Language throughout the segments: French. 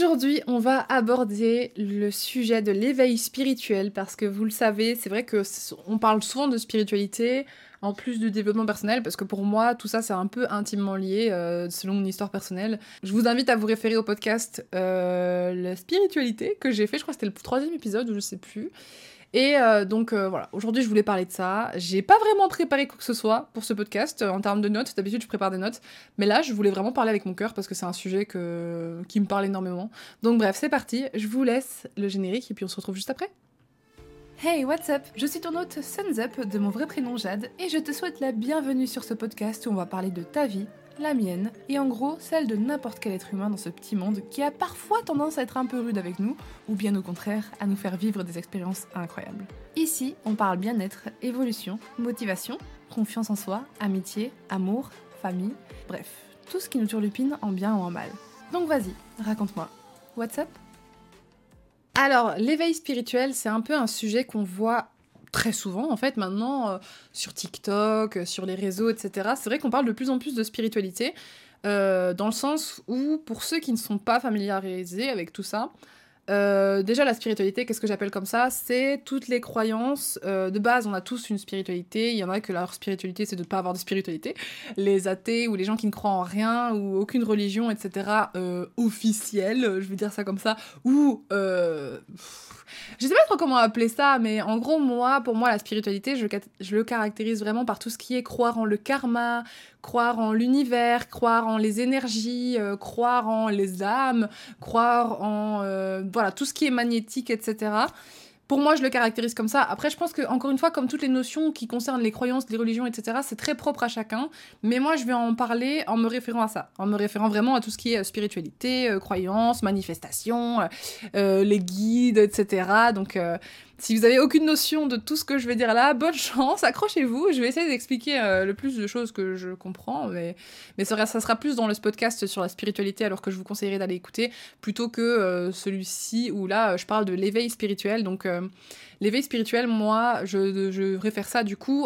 Aujourd'hui, on va aborder le sujet de l'éveil spirituel parce que vous le savez, c'est vrai que on parle souvent de spiritualité en plus du développement personnel parce que pour moi, tout ça c'est un peu intimement lié selon mon histoire personnelle. Je vous invite à vous référer au podcast La spiritualité que j'ai fait, je crois que c'était le 3e épisode ou je sais plus. Et donc voilà, aujourd'hui je voulais parler de ça. J'ai pas vraiment préparé quoi que ce soit pour ce podcast en termes de notes. D'habitude je prépare des notes, mais là je voulais vraiment parler avec mon cœur parce que c'est un sujet qui me parle énormément. Donc bref, c'est parti, je vous laisse le générique et puis on se retrouve juste après. Hey, what's up? Je suis ton hôte Suns Up de mon vrai prénom Jade et je te souhaite la bienvenue sur ce podcast où on va parler de ta vie, la mienne, et en gros celle de n'importe quel être humain dans ce petit monde qui a parfois tendance à être un peu rude avec nous, ou bien au contraire à nous faire vivre des expériences incroyables. Ici, on parle bien-être, évolution, motivation, confiance en soi, amitié, amour, famille, bref, tout ce qui nous turlupine en bien ou en mal. Donc vas-y, raconte-moi. What's up? Alors, l'éveil spirituel, c'est un peu un sujet qu'on voit très souvent, en fait, maintenant, sur TikTok, sur les réseaux, etc. C'est vrai qu'on parle de plus en plus de spiritualité, dans le sens où, pour ceux qui ne sont pas familiarisés avec tout ça, déjà la spiritualité, qu'est-ce que j'appelle comme ça? C'est toutes les croyances. De base, on a tous une spiritualité. Il y en a que leur spiritualité, c'est de ne pas avoir de spiritualité. Les athées ou les gens qui ne croient en rien ou aucune religion, etc. Officielle, je vais dire ça comme ça. Ou... je sais pas trop comment appeler ça, mais en gros, pour moi, la spiritualité, je le caractérise vraiment par tout ce qui est croire en le karma, croire en l'univers, croire en les énergies, croire en les âmes, croire en voilà, tout ce qui est magnétique, etc. Pour moi, je le caractérise comme ça. Après, je pense que, encore une fois, comme toutes les notions qui concernent les croyances, les religions, etc., c'est très propre à chacun. Mais moi, je vais en parler en me référant à ça. En me référant vraiment à tout ce qui est spiritualité, croyances, manifestations, les guides, etc. Donc, si vous avez aucune notion de tout ce que je vais dire là, bonne chance, accrochez-vous. Je vais essayer d'expliquer le plus de choses que je comprends. Mais ça sera plus dans le podcast sur la spiritualité, alors que je vous conseillerais d'aller écouter, plutôt que celui-ci où là, je parle de l'éveil spirituel. Donc, l'éveil spirituel, moi, je réfère ça du coup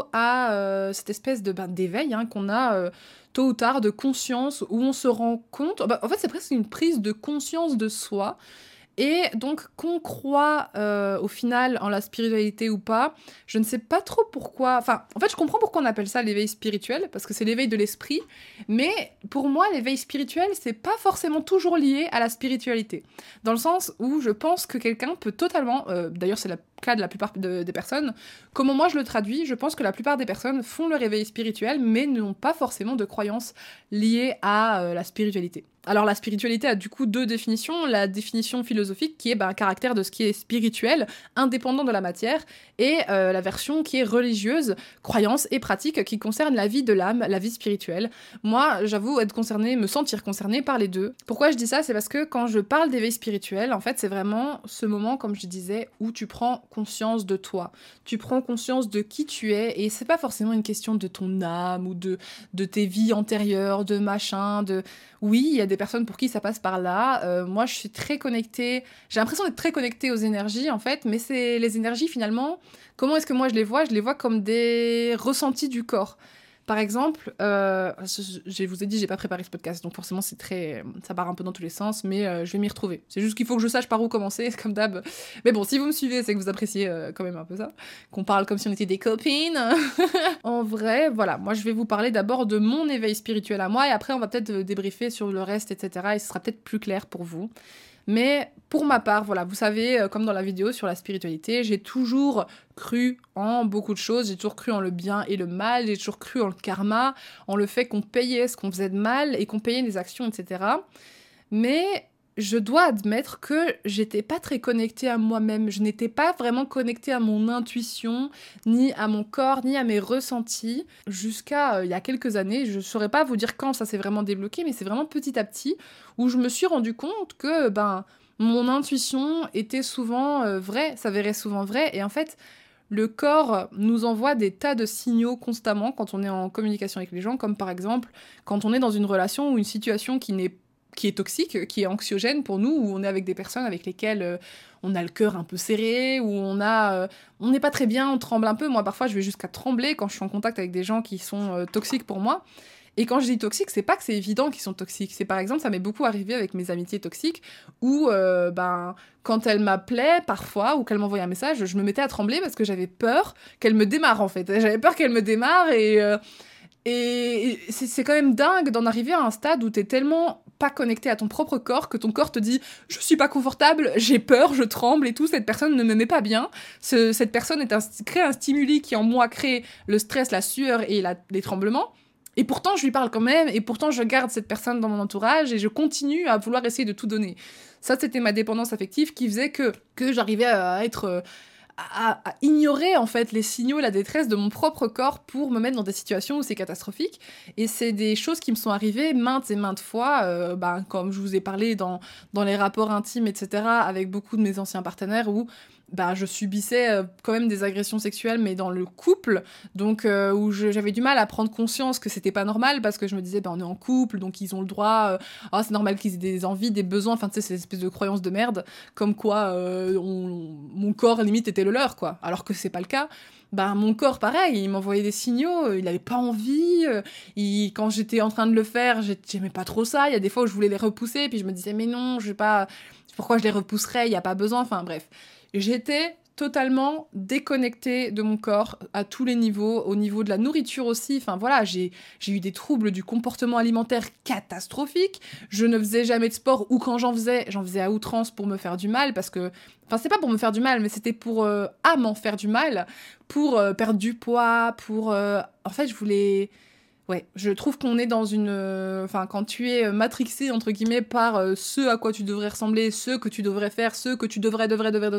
à cette espèce d'éveil qu'on a tôt ou tard, de conscience, où on se rend compte... en fait, c'est presque une prise de conscience de soi. Et donc, qu'on croit au final en la spiritualité ou pas, je ne sais pas trop pourquoi... Enfin, en fait, je comprends pourquoi on appelle ça l'éveil spirituel, parce que c'est l'éveil de l'esprit, mais pour moi, l'éveil spirituel, c'est pas forcément toujours lié à la spiritualité. Dans le sens où je pense que quelqu'un peut totalement... d'ailleurs, c'est le cas de la plupart des personnes. Comment moi je le traduis, je pense que la plupart des personnes font le réveil spirituel, mais n'ont pas forcément de croyances liées à la spiritualité. Alors la spiritualité a du coup 2 définitions. La définition philosophique qui est un caractère de ce qui est spirituel, indépendant de la matière, et la version qui est religieuse, croyance et pratique qui concerne la vie de l'âme, la vie spirituelle. Moi, j'avoue me sentir concernée par les deux. Pourquoi je dis ça? C'est parce que quand je parle d'éveil spirituel, en fait, c'est vraiment ce moment, comme je disais, où tu prends conscience de toi. Tu prends conscience de qui tu es, et c'est pas forcément une question de ton âme ou de tes vies antérieures, de machin, de... Oui, il y a des personnes pour qui ça passe par là. Moi, je suis très connectée. J'ai l'impression d'être très connectée aux énergies, en fait, mais c'est les énergies, finalement, comment est-ce que moi je les vois? Je les vois comme des ressentis du corps. Par exemple, je vous ai dit, j'ai pas préparé ce podcast, donc forcément ça part un peu dans tous les sens, mais je vais m'y retrouver. C'est juste qu'il faut que je sache par où commencer, comme d'hab. Mais bon, si vous me suivez, c'est que vous appréciez quand même un peu ça, qu'on parle comme si on était des copines. En vrai, voilà, moi je vais vous parler d'abord de mon éveil spirituel à moi, et après on va peut-être débriefer sur le reste, etc. Et ce sera peut-être plus clair pour vous. Mais pour ma part, voilà, vous savez, comme dans la vidéo sur la spiritualité, j'ai toujours cru en beaucoup de choses, j'ai toujours cru en le bien et le mal, j'ai toujours cru en le karma, en le fait qu'on payait ce qu'on faisait de mal et qu'on payait des actions, etc. Mais je dois admettre que j'étais pas très connectée à moi-même, je n'étais pas vraiment connectée à mon intuition, ni à mon corps, ni à mes ressentis, jusqu'à il y a quelques années. Je saurais pas vous dire quand ça s'est vraiment débloqué, mais c'est vraiment petit à petit où je me suis rendu compte que mon intuition était souvent vraie, s'avérait souvent vraie, et en fait le corps nous envoie des tas de signaux constamment quand on est en communication avec les gens, comme par exemple quand on est dans une relation ou une situation qui est toxique, qui est anxiogène pour nous, où on est avec des personnes avec lesquelles on a le cœur un peu serré, où on n'est pas très bien, on tremble un peu. Moi, parfois, je vais jusqu'à trembler quand je suis en contact avec des gens qui sont toxiques pour moi. Et quand je dis toxiques, c'est pas que c'est évident qu'ils sont toxiques. C'est par exemple, ça m'est beaucoup arrivé avec mes amitiés toxiques, où quand elles m'appelaient parfois, ou qu'elles m'envoyaient un message, je me mettais à trembler parce que j'avais peur qu'elles me démarrent en fait. J'avais peur qu'elles me démarrent et c'est quand même dingue d'en arriver à un stade où t'es tellement pas connecté à ton propre corps que ton corps te dit « Je suis pas confortable, j'ai peur, je tremble et tout, cette personne ne me met pas bien. Cette personne crée un stimuli qui en moi crée le stress, la sueur et les tremblements. Et pourtant, je lui parle quand même, et pourtant, je garde cette personne dans mon entourage et je continue à vouloir essayer de tout donner. » Ça, c'était ma dépendance affective qui faisait que j'arrivais à être... à ignorer en fait les signaux, la détresse de mon propre corps pour me mettre dans des situations où c'est catastrophique. Et c'est des choses qui me sont arrivées maintes et maintes fois, comme je vous ai parlé dans les rapports intimes, etc., avec beaucoup de mes anciens partenaires où je subissais quand même des agressions sexuelles, mais dans le couple, donc où j'avais du mal à prendre conscience que c'était pas normal, parce que je me disais, on est en couple, donc ils ont le droit, c'est normal qu'ils aient des envies, des besoins, enfin tu sais, ces espèces de croyances de merde, comme quoi mon corps limite était le leur, quoi, alors que c'est pas le cas. Mon corps, pareil, il m'envoyait des signaux, il avait pas envie, quand j'étais en train de le faire, j'aimais pas trop ça, il y a des fois où je voulais les repousser, puis je me disais, mais non, je vais pas, pourquoi je les repousserais, il y a pas besoin, enfin bref. J'étais totalement déconnectée de mon corps à tous les niveaux, au niveau de la nourriture aussi. Enfin voilà, j'ai eu des troubles du comportement alimentaire catastrophiques. Je ne faisais jamais de sport, ou quand j'en faisais à outrance pour me faire du mal, parce que... Enfin, c'est pas pour me faire du mal, mais c'était pour à m'en faire du mal, pour perdre du poids, pour... En fait, je voulais... Ouais, je trouve qu'on est dans une... quand tu es matrixé, entre guillemets, par ce à quoi tu devrais ressembler, ce que tu devrais faire, ce que tu devrais,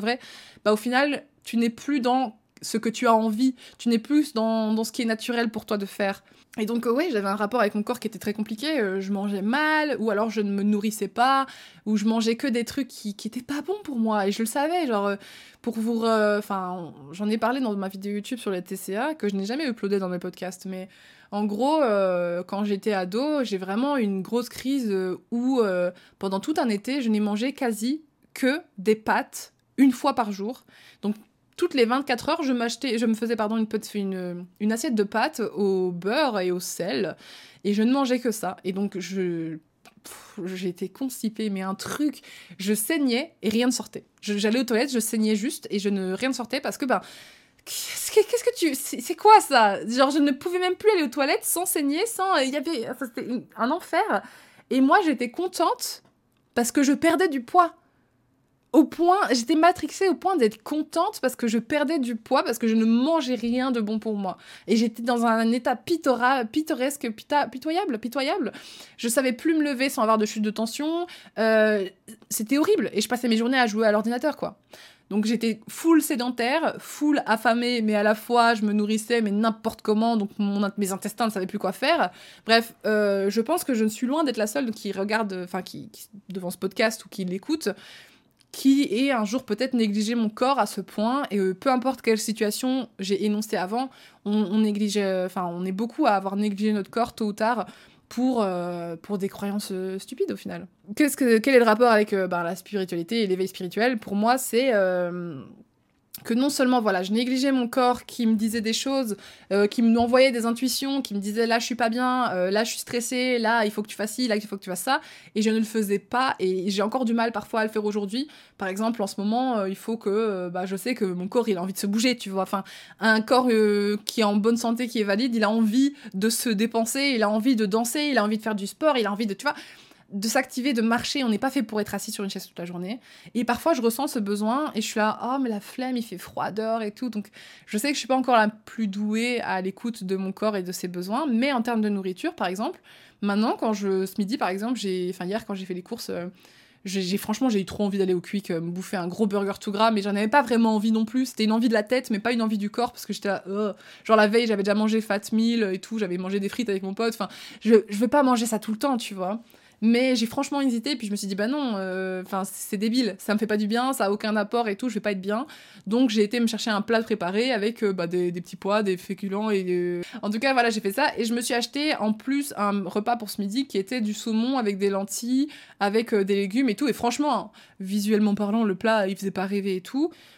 au final, tu n'es plus dans ce que tu as envie, tu n'es plus dans ce qui est naturel pour toi de faire. Et donc, j'avais un rapport avec mon corps qui était très compliqué, je mangeais mal, ou alors je ne me nourrissais pas, ou je mangeais que des trucs qui étaient pas bons pour moi, et je le savais, genre, pour vous... j'en ai parlé dans ma vidéo YouTube sur les TCA, que je n'ai jamais uploadé dans mes podcasts, mais... En gros, quand j'étais ado, j'ai vraiment eu une grosse crise où, pendant tout un été, je n'ai mangé quasi que des pâtes une fois par jour. Donc, toutes les 24 heures, je me faisais une assiette de pâtes au beurre et au sel, et je ne mangeais que ça. Et donc, j'étais constipée, mais un truc, je saignais et rien ne sortait. J'allais aux toilettes, je saignais juste et rien ne sortait parce que, qu'est-ce que tu... C'est quoi ça? Genre, je ne pouvais même plus aller aux toilettes sans saigner, c'était un enfer. Et moi, j'étais contente parce que je perdais du poids. J'étais matrixée au point d'être contente parce que je perdais du poids, parce que je ne mangeais rien de bon pour moi. Et j'étais dans un état pittoresque, pitoyable. Je savais plus me lever sans avoir de chute de tension. C'était horrible. Et je passais mes journées à jouer à l'ordinateur, quoi. Donc j'étais full sédentaire, full affamée, mais à la fois je me nourrissais, mais n'importe comment, donc mes intestins ne savaient plus quoi faire. Bref, je pense que je ne suis loin d'être la seule qui regarde, qui devant ce podcast ou qui l'écoute, qui ait un jour peut-être négligé mon corps à ce point, et peu importe quelle situation j'ai énoncée avant, on est beaucoup à avoir négligé notre corps tôt ou tard, pour des croyances stupides au final. Quel est le rapport avec la spiritualité et l'éveil spirituel ? Pour moi, c'est que non seulement je négligeais mon corps qui me disait des choses, qui m'envoyait des intuitions, qui me disait là je suis pas bien, là je suis stressée, là il faut que tu fasses ci, là il faut que tu fasses ça, et je ne le faisais pas, et j'ai encore du mal parfois à le faire aujourd'hui. Par exemple, en ce moment, il faut que je sais que mon corps il a envie de se bouger, tu vois, un corps qui est en bonne santé, qui est valide, il a envie de se dépenser, il a envie de danser, il a envie de faire du sport, il a envie de, tu vois, de s'activer, de marcher. On n'est pas fait pour être assis sur une chaise toute la journée. Et parfois, je ressens ce besoin et je suis là, oh, mais la flemme, il fait froid dehors et tout. Donc, je sais que je suis pas encore la plus douée à l'écoute de mon corps et de ses besoins. Mais en termes de nourriture, par exemple, maintenant, ce midi, par exemple, hier, quand j'ai fait les courses, franchement, j'ai eu trop envie d'aller au Quick, me bouffer un gros burger tout gras, mais j'en avais pas vraiment envie non plus. C'était une envie de la tête, mais pas une envie du corps, parce que j'étais là, genre la veille, j'avais déjà mangé Fat Meal et tout, j'avais mangé des frites avec mon pote. Je veux pas manger ça tout le temps, tu vois. Mais j'ai franchement hésité, puis je me suis dit, non, c'est débile, ça me fait pas du bien, ça a aucun apport et tout, je vais pas être bien. Donc j'ai été me chercher un plat préparé avec des petits pois, des féculents et... En tout cas, voilà, j'ai fait ça, et je me suis acheté en plus un repas pour ce midi qui était du saumon avec des lentilles, avec des légumes et tout, et franchement, visuellement parlant, le plat, il faisait pas rêver et tout.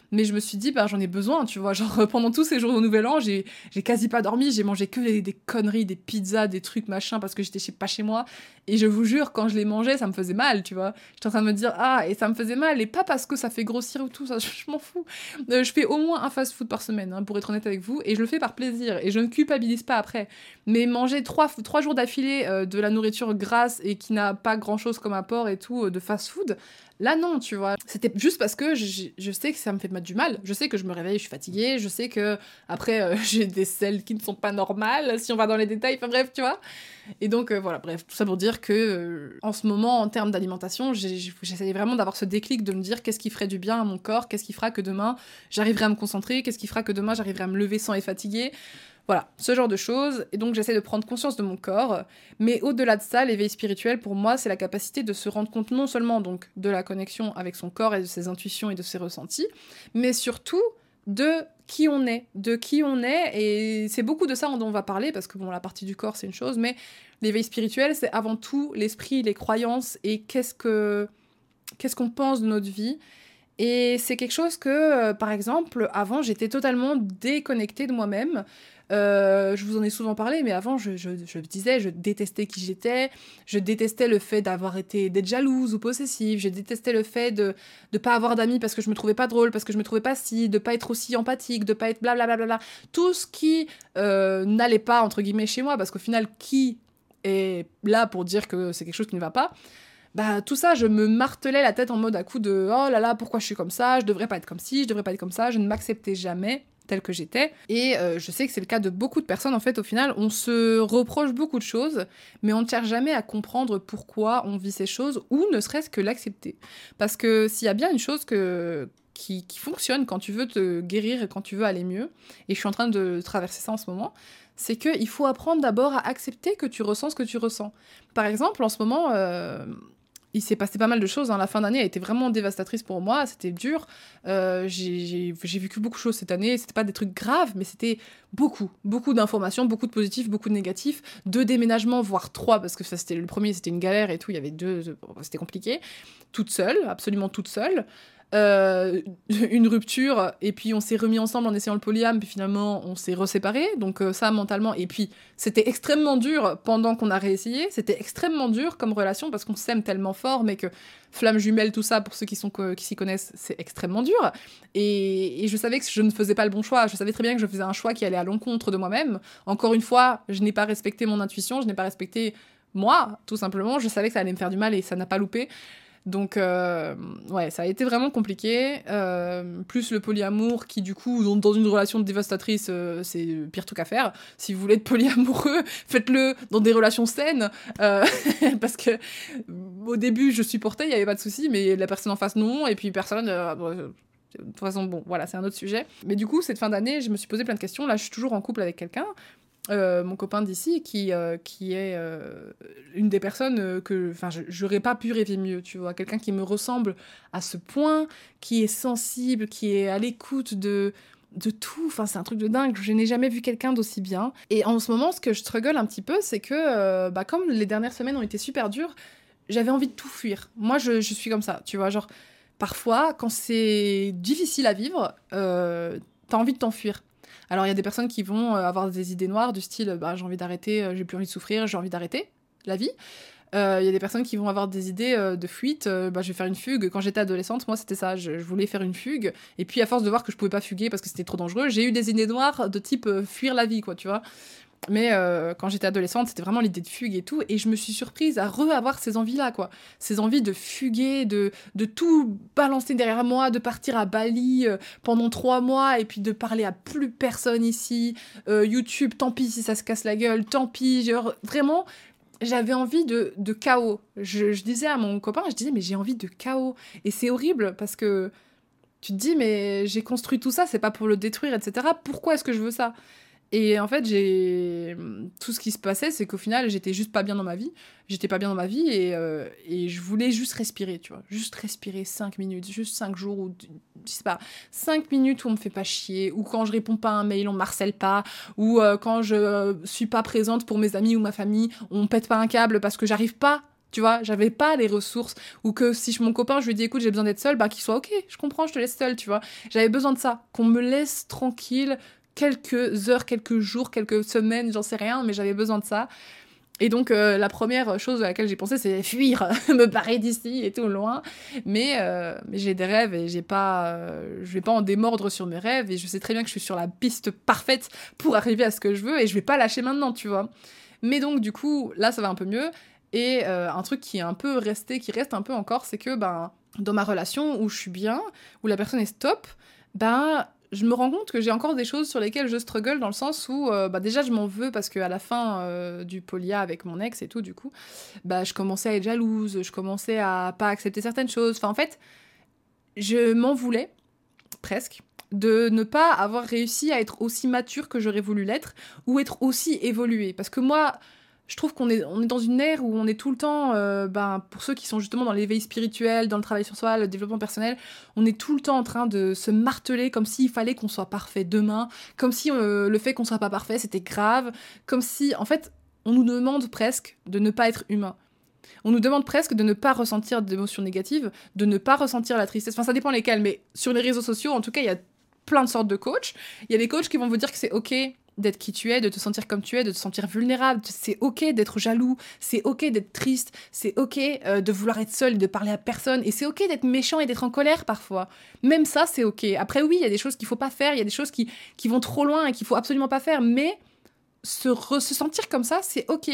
mais je me suis dit, bah j'en ai besoin, tu vois, genre pendant tous ces jours au Nouvel An, j'ai quasi pas dormi, j'ai mangé que des conneries, des pizzas, des trucs machin, parce que j'étais pas chez moi, et je vous jure, quand je les mangeais, ça me faisait mal, tu vois, j'étais en train de me dire, ah, et ça me faisait mal, et pas parce que ça fait grossir ou tout, ça, je m'en fous, je fais au moins un fast-food par semaine, hein, pour être honnête avec vous, et je le fais par plaisir, et je ne culpabilise pas après, mais manger 3 jours d'affilée de la nourriture grasse et qui n'a pas grand-chose comme apport et tout, de fast-food, là non, tu vois. C'était juste parce que je sais que ça me fait du mal. Je sais que je me réveille, je suis fatiguée. Je sais que après j'ai des selles qui ne sont pas normales, si on va dans les détails. Enfin bref, tu vois. Et donc voilà, bref, tout ça pour dire que en ce moment, en termes d'alimentation, j'essayais vraiment d'avoir ce déclic de me dire qu'est-ce qui ferait du bien à mon corps, qu'est-ce qui fera que demain j'arriverai à me concentrer, qu'est-ce qui fera que demain j'arriverai à me lever sans être fatiguée. Voilà, ce genre de choses. Et donc j'essaie de prendre conscience de mon corps. Mais au-delà de ça, l'éveil spirituel, pour moi, c'est la capacité de se rendre compte non seulement donc de la connexion avec son corps et de ses intuitions et de ses ressentis, mais surtout de qui on est. De qui on est. Et c'est beaucoup de ça dont on va parler, parce que bon, la partie du corps, c'est une chose, mais l'éveil spirituel, c'est avant tout l'esprit, les croyances et qu'est-ce qu'on pense de notre vie. Et c'est quelque chose que, par exemple, avant, j'étais totalement déconnectée de moi-même. Je vous en ai souvent parlé, mais avant, je disais, je détestais qui j'étais, je détestais le fait d'être jalouse ou possessive, je détestais le fait de pas avoir d'amis parce que je me trouvais pas drôle, parce que je me trouvais pas de pas être aussi empathique, de pas être blablabla. Tout ce qui n'allait pas, entre guillemets, chez moi, parce qu'au final, qui est là pour dire que c'est quelque chose qui ne va pas? Bah tout ça, je me martelais la tête en mode à coup de oh là là, pourquoi je suis comme ça, je devrais pas être comme ci, je devrais pas être comme ça, je ne m'acceptais jamais telle que j'étais. Et je sais que c'est le cas de beaucoup de personnes, en fait, au final, on se reproche beaucoup de choses, mais on ne cherche jamais à comprendre pourquoi on vit ces choses, ou ne serait-ce que l'accepter. Parce que s'il y a bien une chose qui fonctionne quand tu veux te guérir et quand tu veux aller mieux, et je suis en train de traverser ça en ce moment, c'est qu'il faut apprendre d'abord à accepter que tu ressens ce que tu ressens. Par exemple, en ce moment, il s'est passé pas mal de choses, hein. La fin d'année a été vraiment dévastatrice pour moi, c'était dur. J'ai vécu beaucoup de choses cette année, c'était pas des trucs graves, mais c'était beaucoup d'informations, beaucoup de positifs, beaucoup de négatifs, 2 déménagements, voire 3, parce que ça, c'était le premier, c'était une galère et tout, il y avait 2, c'était compliqué. Toute seule, absolument toute seule. Une rupture, et puis on s'est remis ensemble en essayant le polyam, puis finalement on s'est reséparés, donc ça mentalement, et puis c'était extrêmement dur pendant qu'on a réessayé, c'était extrêmement dur comme relation, parce qu'on s'aime tellement fort, mais que flamme jumelle, tout ça, pour ceux qui s'y connaissent, c'est extrêmement dur, et je savais que je ne faisais pas le bon choix, je savais très bien que je faisais un choix qui allait à l'encontre de moi-même. Encore une fois, je n'ai pas respecté mon intuition, je n'ai pas respecté moi, tout simplement, je savais que ça allait me faire du mal, et ça n'a pas loupé. Donc, ouais, ça a été vraiment compliqué. Plus le polyamour qui, du coup, dans une relation dévastatrice, c'est le pire truc à faire. Si vous voulez être polyamoureux, faites-le dans des relations saines. Parce que au début, je supportais, il n'y avait pas de souci, mais la personne en face, non. Et puis personne... de toute façon, bon, voilà, c'est un autre sujet. Mais du coup, cette fin d'année, je me suis posé plein de questions. Là, je suis toujours en couple avec quelqu'un. Mon copain d'ici, qui est une des personnes que... Enfin, j'aurais pas pu rêver mieux, tu vois. Quelqu'un qui me ressemble à ce point, qui est sensible, qui est à l'écoute de tout. Enfin, c'est un truc de dingue. Je n'ai jamais vu quelqu'un d'aussi bien. Et en ce moment, ce que je struggle un petit peu, c'est que, comme les dernières semaines ont été super dures, j'avais envie de tout fuir. Moi, je suis comme ça, tu vois. Genre, parfois, quand c'est difficile à vivre, t'as envie de t'enfuir. Alors, il y a des personnes qui vont avoir des idées noires du style j'ai envie d'arrêter, j'ai plus envie de souffrir, j'ai envie d'arrêter la vie. Il y a des personnes qui vont avoir des idées de fuite, je vais faire une fugue. Quand j'étais adolescente, moi c'était ça, je voulais faire une fugue. Et puis à force de voir que je pouvais pas fuguer parce que c'était trop dangereux, j'ai eu des idées noires de type fuir la vie, quoi, tu vois. Mais quand j'étais adolescente, c'était vraiment l'idée de fugue et tout, et je me suis surprise à avoir ces envies-là, quoi. Ces envies de fuguer, de tout balancer derrière moi, de partir à Bali pendant 3 mois, et puis de parler à plus personne ici. YouTube, tant pis si ça se casse la gueule, tant pis, genre, vraiment... J'avais envie de chaos. Je disais à mon copain, mais j'ai envie de chaos. Et c'est horrible, parce que tu te dis, mais j'ai construit tout ça, c'est pas pour le détruire, etc. Pourquoi est-ce que je veux ça ? Et en fait, tout ce qui se passait, c'est qu'au final, j'étais juste pas bien dans ma vie. J'étais pas bien dans ma vie et je voulais juste respirer, tu vois. Juste respirer 5 minutes, juste 5 jours, ou je sais pas, 5 minutes où on me fait pas chier, ou quand je réponds pas à un mail, on me harcèle pas, ou quand je suis pas présente pour mes amis ou ma famille, on pète pas un câble parce que j'arrive pas Tu vois, j'avais pas les ressources, ou que si mon copain, je lui dis écoute, j'ai besoin d'être seule, qu'il soit ok, je comprends, je te laisse seule, tu vois. J'avais besoin de ça, qu'on me laisse tranquille quelques heures, quelques jours, quelques semaines, j'en sais rien, mais j'avais besoin de ça. Et donc, la première chose à laquelle j'ai pensé, c'est fuir, me barrer d'ici et tout loin. Mais j'ai des rêves et je vais pas en démordre sur mes rêves, et je sais très bien que je suis sur la piste parfaite pour arriver à ce que je veux, et je vais pas lâcher maintenant, tu vois. Mais donc, du coup, là, ça va un peu mieux. Et un truc qui reste un peu encore, c'est que dans ma relation où je suis bien, où la personne est stop, je me rends compte que j'ai encore des choses sur lesquelles je struggle, dans le sens où déjà je m'en veux parce qu'à la fin du polia avec mon ex et tout, du coup, je commençais à être jalouse, je commençais à pas accepter certaines choses. Enfin, en fait, je m'en voulais presque de ne pas avoir réussi à être aussi mature que j'aurais voulu l'être, ou être aussi évoluée. Parce que moi, je trouve on est dans une ère où on est tout le temps, pour ceux qui sont justement dans l'éveil spirituel, dans le travail sur soi, le développement personnel, on est tout le temps en train de se marteler comme s'il fallait qu'on soit parfait demain, comme si le fait qu'on soit pas parfait, c'était grave, comme si, en fait, on nous demande presque de ne pas être humain. On nous demande presque de ne pas ressentir d'émotions négatives, de ne pas ressentir la tristesse. Enfin, ça dépend lesquelles, mais sur les réseaux sociaux, en tout cas, il y a plein de sortes de coachs. Il y a des coachs qui vont vous dire que c'est ok d'être qui tu es, de te sentir comme tu es, de te sentir vulnérable. C'est ok d'être jaloux, c'est ok d'être triste, c'est ok de vouloir être seul et de parler à personne, et c'est ok d'être méchant et d'être en colère parfois. Même ça, c'est ok. Après, oui, il y a des choses qu'il faut pas faire, il y a des choses qui vont trop loin et qu'il faut absolument pas faire, mais se sentir comme ça, c'est ok.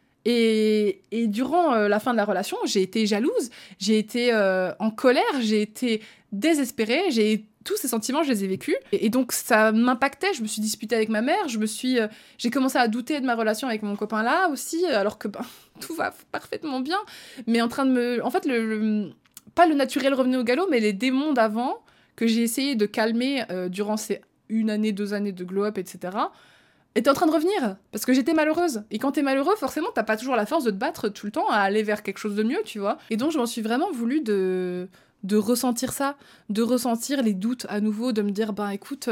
Et durant la fin de la relation, j'ai été jalouse, j'ai été en colère, j'ai été désespérée, tous ces sentiments, je les ai vécus. Et donc, ça m'impactait, je me suis disputée avec ma mère, j'ai commencé à douter de ma relation avec mon copain là aussi, alors que tout va parfaitement bien. Mais en train de me... En fait, pas le naturel revenait au galop, mais les démons d'avant, que j'ai essayé de calmer durant ces 1 année, 2 années de glow-up, etc., était en train de revenir, parce que j'étais malheureuse. Et quand t'es malheureux, forcément, t'as pas toujours la force de te battre tout le temps à aller vers quelque chose de mieux, tu vois. Et donc, je m'en suis vraiment voulu de ressentir ça, de ressentir les doutes à nouveau, de me dire, écoute,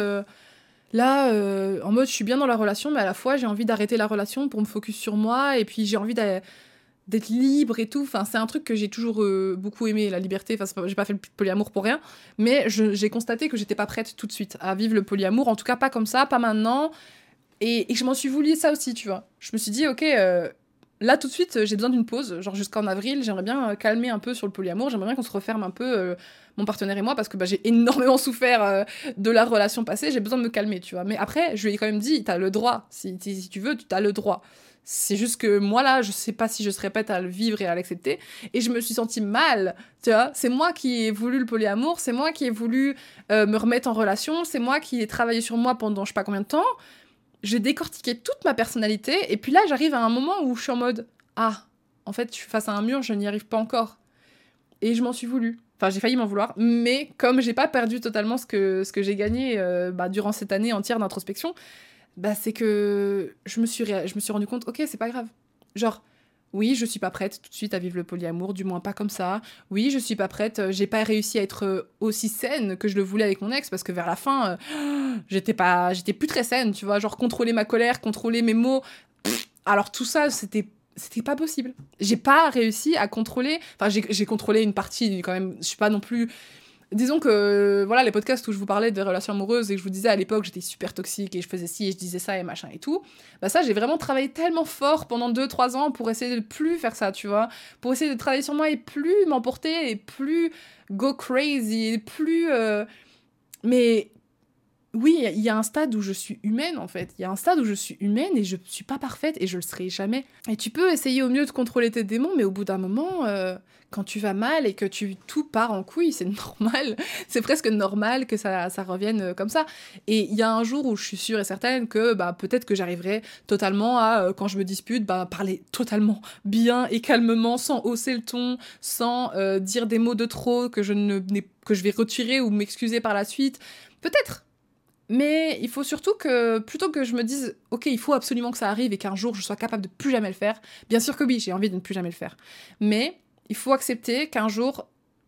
là, en mode, je suis bien dans la relation, mais à la fois, j'ai envie d'arrêter la relation pour me focus sur moi, et puis j'ai envie d'être libre et tout. Enfin, c'est un truc que j'ai toujours beaucoup aimé, la liberté. Enfin, j'ai pas fait le polyamour pour rien, mais j'ai constaté que j'étais pas prête tout de suite à vivre le polyamour, en tout cas pas comme ça, pas maintenant. Et je m'en suis voulu ça aussi, tu vois. Je me suis dit, ok, là tout de suite, j'ai besoin d'une pause. Genre jusqu'en avril, j'aimerais bien calmer un peu sur le polyamour. J'aimerais bien qu'on se referme un peu, mon partenaire et moi, parce que j'ai énormément souffert de la relation passée. J'ai besoin de me calmer, tu vois. Mais après, je lui ai quand même dit, t'as le droit. Si tu veux, t'as le droit. C'est juste que moi, là, je sais pas si je serais prête à le vivre et à l'accepter. Et je me suis sentie mal, tu vois. C'est moi qui ai voulu le polyamour, c'est moi qui ai voulu me remettre en relation, c'est moi qui ai travaillé sur moi pendant je sais pas combien de temps. J'ai décortiqué toute ma personnalité, et puis là, j'arrive à un moment où je suis en mode « Ah, en fait, je suis face à un mur, je n'y arrive pas encore. » Et je m'en suis voulu. Enfin, j'ai failli m'en vouloir, mais comme j'ai pas perdu totalement ce que j'ai gagné durant cette année entière d'introspection, c'est que je me suis rendu compte « Ok, c'est pas grave. » Genre, oui, je suis pas prête tout de suite à vivre le polyamour, du moins pas comme ça. Oui, je suis pas prête, j'ai pas réussi à être aussi saine que je le voulais avec mon ex, parce que vers la fin, j'étais plus très saine, tu vois, genre contrôler ma colère, contrôler mes mots. Alors tout ça, c'était pas possible. J'ai pas réussi à contrôler, enfin j'ai contrôlé une partie quand même, je suis pas non plus... Disons que, voilà, les podcasts où je vous parlais des relations amoureuses et que je vous disais à l'époque j'étais super toxique et je faisais ci et je disais ça et machin et tout, ça, j'ai vraiment travaillé tellement fort pendant 2-3 ans pour essayer de plus faire ça, tu vois, pour essayer de travailler sur moi et plus m'emporter et plus go crazy et plus... Mais oui, il y a un stade où je suis humaine, en fait. Il y a un stade où je suis humaine et je suis pas parfaite et je le serai jamais. Et tu peux essayer au mieux de contrôler tes démons, mais au bout d'un moment, quand tu vas mal et que tout part en couille, c'est normal. C'est presque normal que ça revienne comme ça. Et il y a un jour où je suis sûre et certaine que peut-être que j'arriverai totalement à, quand je me dispute, parler totalement bien et calmement, sans hausser le ton, sans dire des mots de trop que je vais retirer ou m'excuser par la suite. Peut-être. Mais il faut surtout que, plutôt que je me dise « Ok, il faut absolument que ça arrive et qu'un jour je sois capable de plus jamais le faire », bien sûr que oui, j'ai envie de ne plus jamais le faire. Mais il faut accepter qu'un jour,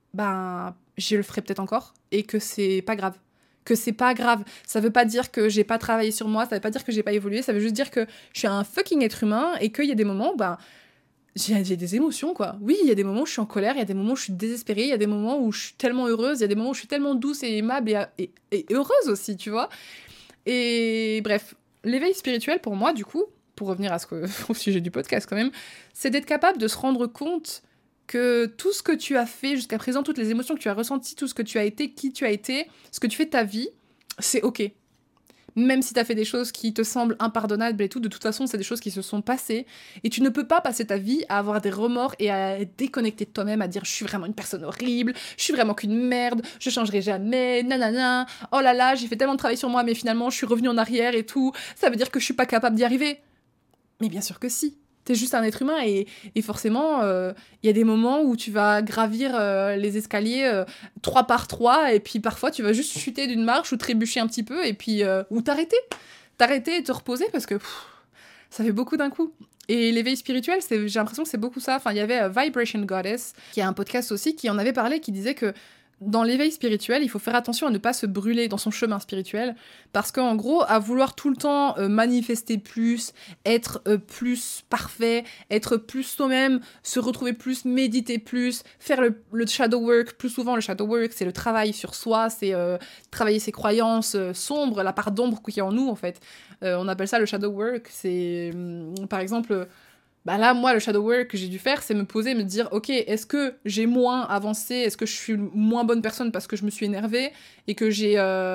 je le ferai peut-être encore et que c'est pas grave. Que c'est pas grave. Ça veut pas dire que j'ai pas travaillé sur moi, ça veut pas dire que j'ai pas évolué, ça veut juste dire que je suis un fucking être humain et qu'il y a des moments où j'ai des émotions, quoi. Oui, il y a des moments où je suis en colère, il y a des moments où je suis désespérée, il y a des moments où je suis tellement heureuse, il y a des moments où je suis tellement douce et aimable et heureuse aussi, tu vois. Et bref, l'éveil spirituel pour moi, du coup, pour revenir au sujet du podcast quand même, c'est d'être capable de se rendre compte que tout ce que tu as fait jusqu'à présent, toutes les émotions que tu as ressenties, tout ce que tu as été, qui tu as été, ce que tu fais de ta vie, c'est ok. Même si t'as fait des choses qui te semblent impardonnables et tout, de toute façon, c'est des choses qui se sont passées. Et tu ne peux pas passer ta vie à avoir des remords et à être déconnecté de toi-même, à dire je suis vraiment une personne horrible, je suis vraiment qu'une merde, je changerai jamais, nanana, oh là là, j'ai fait tellement de travail sur moi, mais finalement je suis revenue en arrière et tout, ça veut dire que je suis pas capable d'y arriver. Mais bien sûr que si. T'es juste un être humain et forcément, il y a des moments où tu vas gravir les escaliers 3 par 3 et puis parfois tu vas juste chuter d'une marche ou trébucher un petit peu et puis ou t'arrêter. T'arrêter et te reposer parce que ça fait beaucoup d'un coup. Et l'éveil spirituel, j'ai l'impression que c'est beaucoup ça. Enfin, il y avait Vibration Goddess, qui a un podcast aussi, qui en avait parlé, qui disait que dans l'éveil spirituel, il faut faire attention à ne pas se brûler dans son chemin spirituel, parce qu'en gros, à vouloir tout le temps manifester plus, être plus parfait, être plus soi-même, se retrouver plus, méditer plus, faire le shadow work, plus souvent le shadow work, c'est le travail sur soi, c'est travailler ses croyances sombres, la part d'ombre qui est en nous en fait. On appelle ça le shadow work, c'est par exemple... Bah là, moi, le shadow work que j'ai dû faire, c'est me poser, me dire, ok, est-ce que j'ai moins avancé, est-ce que je suis une moins bonne personne parce que je me suis énervée et que j'ai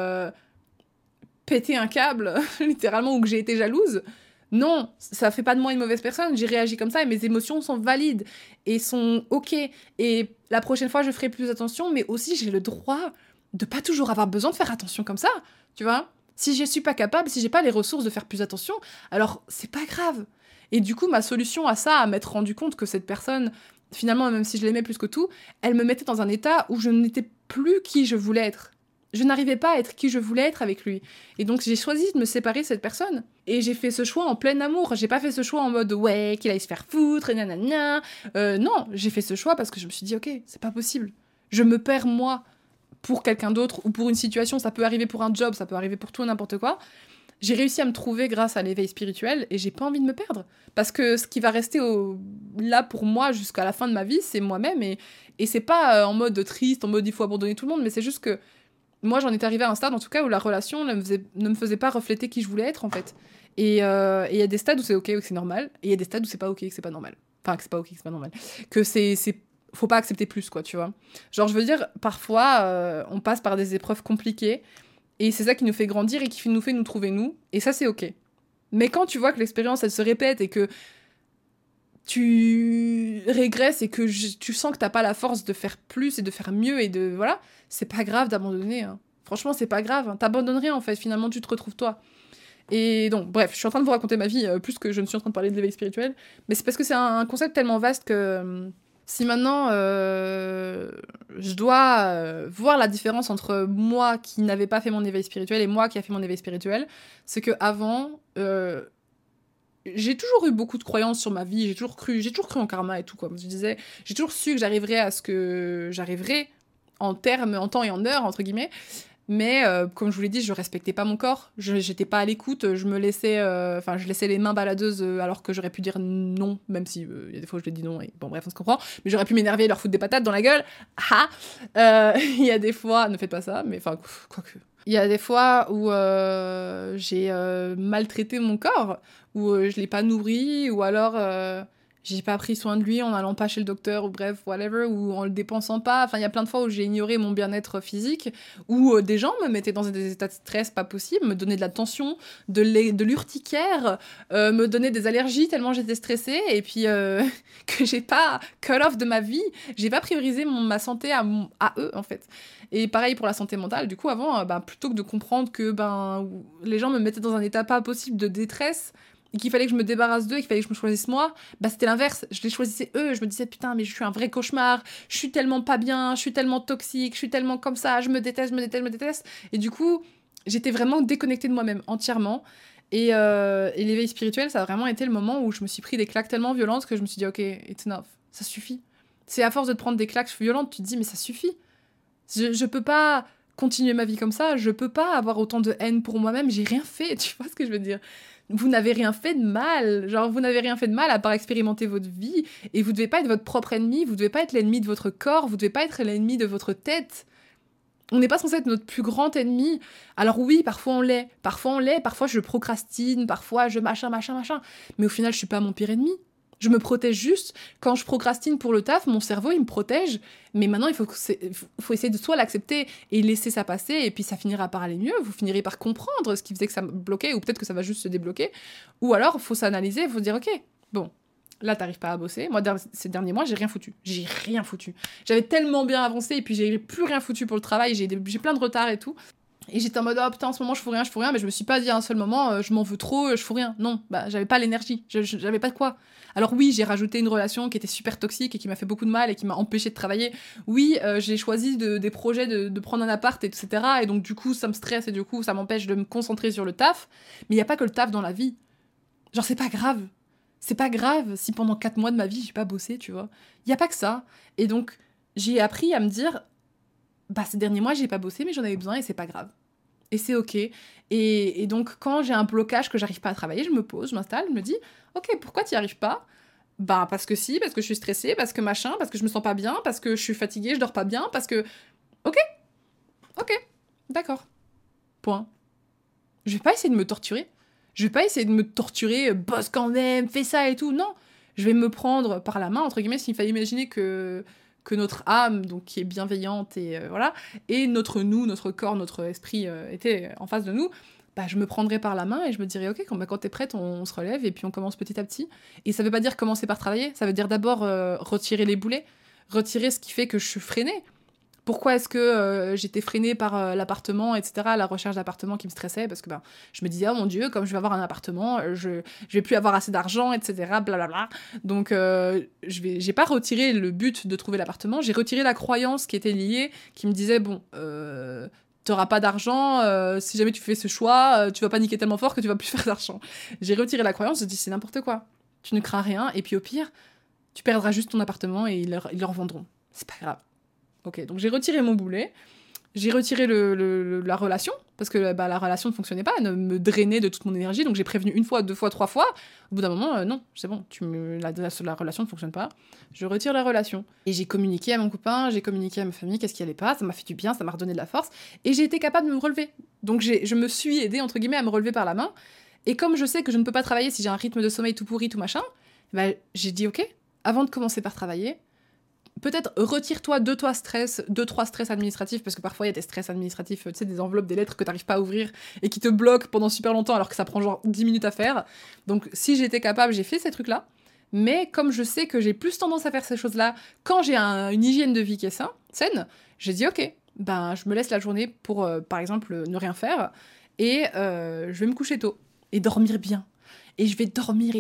pété un câble, littéralement, ou que j'ai été jalouse? Non, ça fait pas de moi une mauvaise personne, j'ai réagi comme ça et mes émotions sont valides et sont ok. Et la prochaine fois, je ferai plus attention, mais aussi j'ai le droit de pas toujours avoir besoin de faire attention comme ça, tu vois? Si je suis pas capable, si j'ai pas les ressources de faire plus attention, alors c'est pas grave. Et du coup, ma solution à ça, à m'être rendu compte que cette personne, finalement, même si je l'aimais plus que tout, elle me mettait dans un état où je n'étais plus qui je voulais être. Je n'arrivais pas à être qui je voulais être avec lui. Et donc j'ai choisi de me séparer de cette personne. Et j'ai fait ce choix en plein amour. J'ai pas fait ce choix en mode ouais, qu'il aille se faire foutre, et nanana. Non, j'ai fait ce choix parce que je me suis dit ok, c'est pas possible. Je me perds moi pour quelqu'un d'autre ou pour une situation. Ça peut arriver pour un job, ça peut arriver pour tout et n'importe quoi. J'ai réussi à me trouver grâce à l'éveil spirituel et j'ai pas envie de me perdre. Parce que ce qui va rester là pour moi jusqu'à la fin de ma vie, c'est moi-même. Et c'est pas en mode triste, en mode il faut abandonner tout le monde, mais c'est juste que moi j'en étais arrivée à un stade en tout cas où la relation ne me faisait pas refléter qui je voulais être en fait. Et il y a des stades où c'est ok, où c'est normal, et il y a des stades où c'est pas ok, que c'est pas normal. Enfin, que c'est pas ok, que c'est pas normal. Que faut pas accepter plus, quoi, tu vois. Genre, je veux dire, parfois, on passe par des épreuves compliquées, et c'est ça qui nous fait grandir et qui nous fait nous trouver nous, et ça, c'est ok. Mais quand tu vois que l'expérience, elle se répète et que tu régresses et que tu sens que t'as pas la force de faire plus et de faire mieux et de... Voilà, c'est pas grave d'abandonner. Hein. Franchement, c'est pas grave. Hein. T'abandonnes rien, en fait. Finalement, tu te retrouves toi. Et donc, bref, je suis en train de vous raconter ma vie plus que je ne suis en train de parler de l'éveil spirituel. Mais c'est parce que c'est un concept tellement vaste que si maintenant je dois voir la différence entre moi qui n'avais pas fait mon éveil spirituel et moi qui a fait mon éveil spirituel, c'est que avant j'ai toujours eu beaucoup de croyances sur ma vie, j'ai toujours cru en karma et tout, quoi. Comme je disais, j'ai toujours su que j'arriverais à ce que j'arriverais en termes, en temps et en heure, entre guillemets. Mais comme je vous l'ai dit, je respectais pas mon corps, j'étais pas à l'écoute, je me laissais, je laissais les mains baladeuses alors que j'aurais pu dire non, même si y a des fois où je l'ai dit non, et bon bref, on se comprend, mais j'aurais pu m'énerver et leur foutre des patates dans la gueule, ah. Il y a des fois, ne faites pas ça, mais enfin, quoique. Il y a des fois où j'ai maltraité mon corps, où je l'ai pas nourri, ou alors j'ai pas pris soin de lui en allant pas chez le docteur, ou bref, whatever, ou en le dépensant pas. Enfin, il y a plein de fois où j'ai ignoré mon bien-être physique, où des gens me mettaient dans des états de stress pas possibles, me donnaient de la tension, de l'urticaire, me donnaient des allergies tellement j'étais stressée, et puis que j'ai pas cut off de ma vie, j'ai pas priorisé ma santé à eux, en fait. Et pareil pour la santé mentale, du coup, avant, plutôt que de comprendre que les gens me mettaient dans un état pas possible de détresse, et qu'il fallait que je me débarrasse d'eux et qu'il fallait que je me choisisse moi, c'était l'inverse. Je les choisissais eux, je me disais putain, mais je suis un vrai cauchemar, je suis tellement pas bien, je suis tellement toxique, je suis tellement comme ça, je me déteste, je me déteste, je me déteste. Et du coup, j'étais vraiment déconnectée de moi-même entièrement. Et l'éveil spirituel, ça a vraiment été le moment où je me suis pris des claques tellement violentes que je me suis dit ok, it's enough, ça suffit. C'est à force de te prendre des claques violentes, tu te dis mais ça suffit. Je peux pas continuer ma vie comme ça, je peux pas avoir autant de haine pour moi-même, j'ai rien fait, tu vois ce que je veux dire? Vous n'avez rien fait de mal. Genre, vous n'avez rien fait de mal à part expérimenter votre vie. Et vous devez pas être votre propre ennemi. Vous devez pas être l'ennemi de votre corps. Vous devez pas être l'ennemi de votre tête. On n'est pas censé être notre plus grand ennemi. Alors oui, parfois on l'est. Parfois je procrastine. Parfois je machin. Mais au final, je suis pas mon pire ennemi. Je me protège juste. Quand je procrastine pour le taf, mon cerveau, il me protège. Mais maintenant, il faut essayer de soit l'accepter et laisser ça passer, et puis ça finira par aller mieux. Vous finirez par comprendre ce qui faisait que ça me bloquait, ou peut-être que ça va juste se débloquer. Ou alors, il faut s'analyser, il faut se dire, ok, bon, là, t'arrives pas à bosser. Moi, ces derniers mois, j'ai rien foutu. J'avais tellement bien avancé, et puis j'ai plus rien foutu pour le travail. J'ai plein de retard et tout. Et j'étais en mode, oh putain, en ce moment, je fous rien, mais je me suis pas dit à un seul moment, je m'en veux trop, je fous rien. Non, bah, j'avais pas l'énergie, j'avais pas de quoi. Alors oui, j'ai rajouté une relation qui était super toxique et qui m'a fait beaucoup de mal et qui m'a empêché de travailler. Oui, j'ai choisi des projets de prendre un appart, etc. Et donc, du coup, ça me stresse et du coup, ça m'empêche de me concentrer sur le taf. Mais il y a pas que le taf dans la vie. Genre, c'est pas grave. C'est pas grave si pendant 4 mois de ma vie, j'ai pas bossé, tu vois. Il y a pas que ça. Et donc, j'ai appris à me dire, bah, ces derniers mois, j'ai pas bossé, mais j'en avais besoin et c'est pas grave. Et c'est ok. Et donc, quand j'ai un blocage que j'arrive pas à travailler, je me pose, je m'installe, je me dis, ok, pourquoi t'y arrives pas ? Bah, parce que parce que je suis stressée, parce que machin, parce que je me sens pas bien, parce que je suis fatiguée, je dors pas bien, parce que... Ok, d'accord. Point. Je vais pas essayer de me torturer. Bosse quand même, fais ça et tout. Non, je vais me prendre par la main, entre guillemets, s'il fallait imaginer que notre âme, donc qui est bienveillante et voilà, et notre corps, notre esprit était en face de nous, bah je me prendrais par la main et je me dirais ok, quand t'es prête, on se relève et puis on commence petit à petit. Et ça veut pas dire commencer par travailler, ça veut dire d'abord retirer les boulets, retirer ce qui fait que je suis freinée. Pourquoi est-ce que j'étais freinée par l'appartement, etc., la recherche d'appartement qui me stressait, parce que ben, je me disais, oh mon Dieu, comme je vais avoir un appartement, je vais plus avoir assez d'argent, etc., blablabla. Donc, j'ai pas retiré le but de trouver l'appartement, j'ai retiré la croyance qui était liée, qui me disait, bon, t'auras pas d'argent, si jamais tu fais ce choix, tu vas paniquer tellement fort que tu vas plus faire d'argent. J'ai retiré la croyance, je dis, c'est n'importe quoi. Tu ne crains rien, et puis au pire, tu perdras juste ton appartement et ils le revendront. C'est pas grave. Ok, donc j'ai retiré mon boulet, j'ai retiré la relation, parce que bah, la relation ne fonctionnait pas, elle me drainait de toute mon énergie, donc j'ai prévenu 1 fois, 2 fois, 3 fois. Au bout d'un moment, non, c'est bon, la relation ne fonctionne pas, je retire la relation. Et j'ai communiqué à mon copain, j'ai communiqué à ma famille, qu'est-ce qui allait pas, ça m'a fait du bien, ça m'a redonné de la force, et j'ai été capable de me relever. Donc je me suis aidée, entre guillemets, à me relever par la main, et comme je sais que je ne peux pas travailler si j'ai un rythme de sommeil tout pourri, tout machin, bah, j'ai dit ok, avant de commencer par travailler, peut-être retire-toi 2-3 stress administratifs, parce que parfois il y a des stress administratifs, tu sais, des enveloppes, des lettres que t'arrives pas à ouvrir et qui te bloquent pendant super longtemps alors que ça prend genre 10 minutes à faire. Donc si j'étais capable, j'ai fait ces trucs-là. Mais comme je sais que j'ai plus tendance à faire ces choses-là quand j'ai une hygiène de vie qui est saine, j'ai dit ok, ben je me laisse la journée pour, par exemple, ne rien faire et je vais me coucher tôt et dormir bien. Et je vais dormir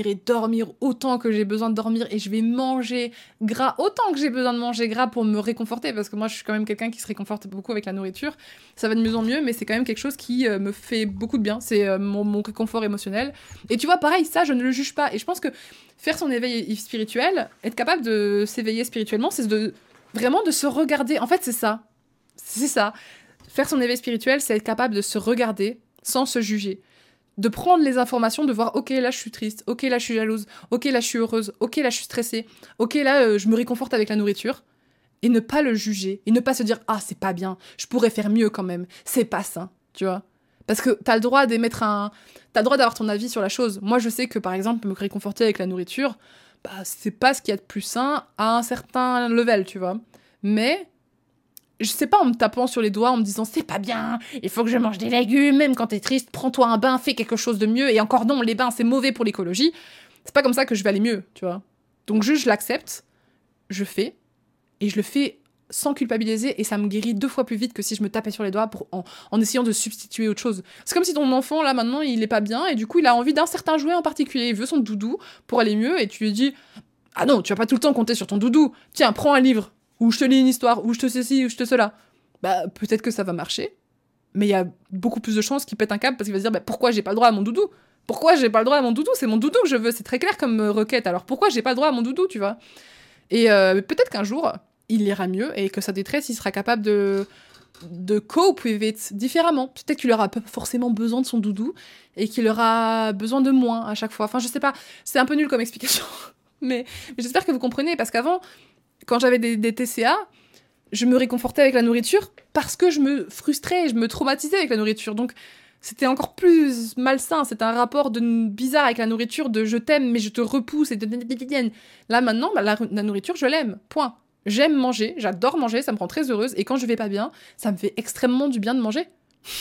autant que j'ai besoin de dormir, et je vais manger gras autant que j'ai besoin de manger gras pour me réconforter, parce que moi je suis quand même quelqu'un qui se réconforte beaucoup avec la nourriture. Ça va de mieux en mieux, mais c'est quand même quelque chose qui me fait beaucoup de bien, c'est mon réconfort émotionnel. Et tu vois, pareil, ça je ne le juge pas, et je pense que faire son éveil spirituel, être capable de s'éveiller spirituellement, c'est vraiment de se regarder. En fait, c'est ça. Faire son éveil spirituel, c'est être capable de se regarder sans se juger. De prendre les informations, de voir, ok, là je suis triste, ok, là je suis jalouse, ok, là je suis heureuse, ok, là je suis stressée, ok, là je me réconforte avec la nourriture, et ne pas le juger, et ne pas se dire, ah, c'est pas bien, je pourrais faire mieux quand même, c'est pas sain, tu vois. Parce que t'as le droit t'as le droit d'avoir ton avis sur la chose. Moi, je sais que, par exemple, me réconforter avec la nourriture, bah, c'est pas ce qu'il y a de plus sain à un certain level, tu vois. Mais je sais pas, en me tapant sur les doigts, en me disant c'est pas bien, il faut que je mange des légumes, même quand t'es triste, prends-toi un bain, fais quelque chose de mieux, et encore non, les bains c'est mauvais pour l'écologie, c'est pas comme ça que je vais aller mieux, tu vois. Donc juste je l'accepte, je fais, et je le fais sans culpabiliser, et ça me guérit 2 fois plus vite que si je me tapais sur les doigts en essayant de substituer autre chose. C'est comme si ton enfant, là, maintenant, il est pas bien, et du coup, il a envie d'un certain jouet en particulier, il veut son doudou pour aller mieux, et tu lui dis « Ah non, tu vas pas tout le temps compter sur ton doudou, tiens, prends un livre !» ou je te lis une histoire, ou je te ceci, ou je te cela. Bah, peut-être que ça va marcher, mais il y a beaucoup plus de chances qu'il pète un câble parce qu'il va se dire, bah, pourquoi j'ai pas le droit à mon doudou ? Pourquoi j'ai pas le droit à mon doudou ? C'est mon doudou que je veux, c'est très clair comme requête, alors pourquoi j'ai pas le droit à mon doudou, tu vois ? Et peut-être qu'un jour, il ira mieux, et que sa détresse, il sera capable de cope with it différemment. Peut-être qu'il aura pas forcément besoin de son doudou et qu'il aura besoin de moins à chaque fois. Enfin, je sais pas, c'est un peu nul comme explication. mais j'espère que vous comprenez, parce qu'avant, quand j'avais des TCA, je me réconfortais avec la nourriture parce que je me frustrais et je me traumatisais avec la nourriture. Donc, c'était encore plus malsain. C'était un rapport bizarre avec la nourriture, de je t'aime, mais je te repousse. Là, maintenant, la nourriture, je l'aime. Point. J'aime manger, j'adore manger, ça me rend très heureuse. Et quand je vais pas bien, ça me fait extrêmement du bien de manger.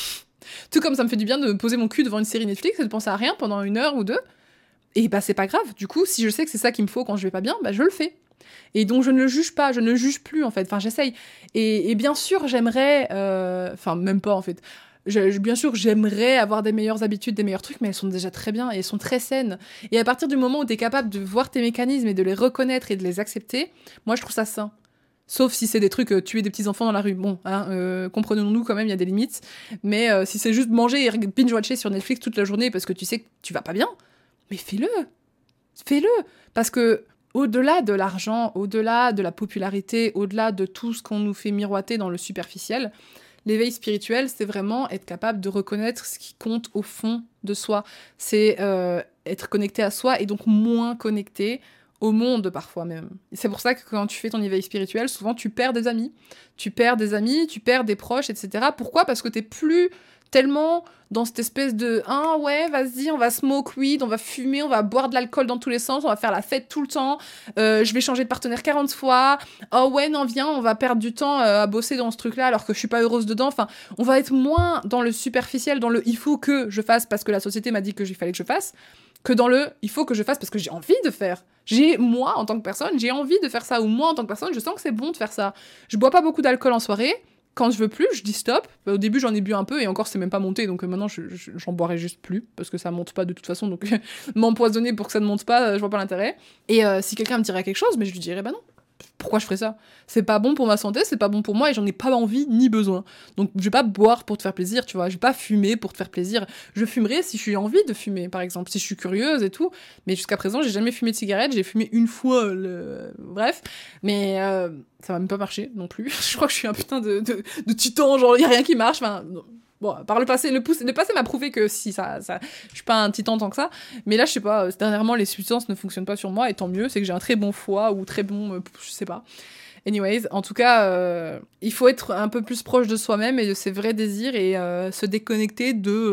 Tout comme ça me fait du bien de me poser mon cul devant une série Netflix et de penser à rien pendant 1 heure ou 2. Et bah, c'est pas grave. Du coup, si je sais que c'est ça qu'il me faut quand je vais pas bien, bah, je le fais. Et donc, je ne le juge pas, je ne juge plus, en fait. Enfin, j'essaye. Et bien sûr, j'aimerais... Enfin, même pas, en fait. Bien sûr, j'aimerais avoir des meilleures habitudes, des meilleurs trucs, mais elles sont déjà très bien et elles sont très saines. Et à partir du moment où tu es capable de voir tes mécanismes et de les reconnaître et de les accepter, moi, je trouve ça sain. Sauf si c'est des trucs, tuer des petits enfants dans la rue. Bon, hein, comprenons-nous quand même, il y a des limites. Mais si c'est juste manger et binge-watcher sur Netflix toute la journée parce que tu sais que tu vas pas bien, mais fais-le. Fais-le. Parce que au-delà de l'argent, au-delà de la popularité, au-delà de tout ce qu'on nous fait miroiter dans le superficiel, l'éveil spirituel, c'est vraiment être capable de reconnaître ce qui compte au fond de soi. C'est être connecté à soi et donc moins connecté au monde parfois même. Et c'est pour ça que quand tu fais ton éveil spirituel, souvent tu perds des amis. Tu perds des proches, etc. Pourquoi ? Parce que t'es plus tellement dans cette espèce de « Ah ouais, vas-y, on va smoke weed, on va fumer, on va boire de l'alcool dans tous les sens, on va faire la fête tout le temps, je vais changer de partenaire 40 fois, oh ouais, non, viens, on va perdre du temps à bosser dans ce truc-là alors que je suis pas heureuse dedans. » Enfin, on va être moins dans le superficiel, dans le « il faut que je fasse parce que la société m'a dit qu'il fallait que je fasse », que dans le « il faut que je fasse parce que j'ai envie de faire ». Moi, en tant que personne, j'ai envie de faire ça, ou moi, en tant que personne, je sens que c'est bon de faire ça. Je bois pas beaucoup d'alcool en soirée. Quand je veux plus, je dis stop. Au début, j'en ai bu un peu, et encore, c'est même pas monté, donc maintenant, j'en boirai juste plus, parce que ça monte pas de toute façon, donc m'empoisonner pour que ça ne monte pas, je vois pas l'intérêt. Et si quelqu'un me dirait quelque chose, mais je lui dirais, bah non. Pourquoi je ferais ça ? C'est pas bon pour ma santé, c'est pas bon pour moi, et j'en ai pas envie ni besoin. Donc je vais pas boire pour te faire plaisir, tu vois, je vais pas fumer pour te faire plaisir. Je fumerai si j'ai envie de fumer, par exemple, si je suis curieuse et tout. Mais jusqu'à présent, j'ai jamais fumé de cigarette, j'ai fumé une fois, bref. Mais ça va même pas marcher non plus. Je crois que je suis un putain de titan, genre y a rien qui marche, enfin... Bon, par le passé, le passé m'a prouvé que si, je suis pas un titan tant que ça, mais là, je sais pas, dernièrement, les substances ne fonctionnent pas sur moi, et tant mieux, c'est que j'ai un très bon foie, ou très bon, je sais pas. Anyways, en tout cas, il faut être un peu plus proche de soi-même et de ses vrais désirs, et se déconnecter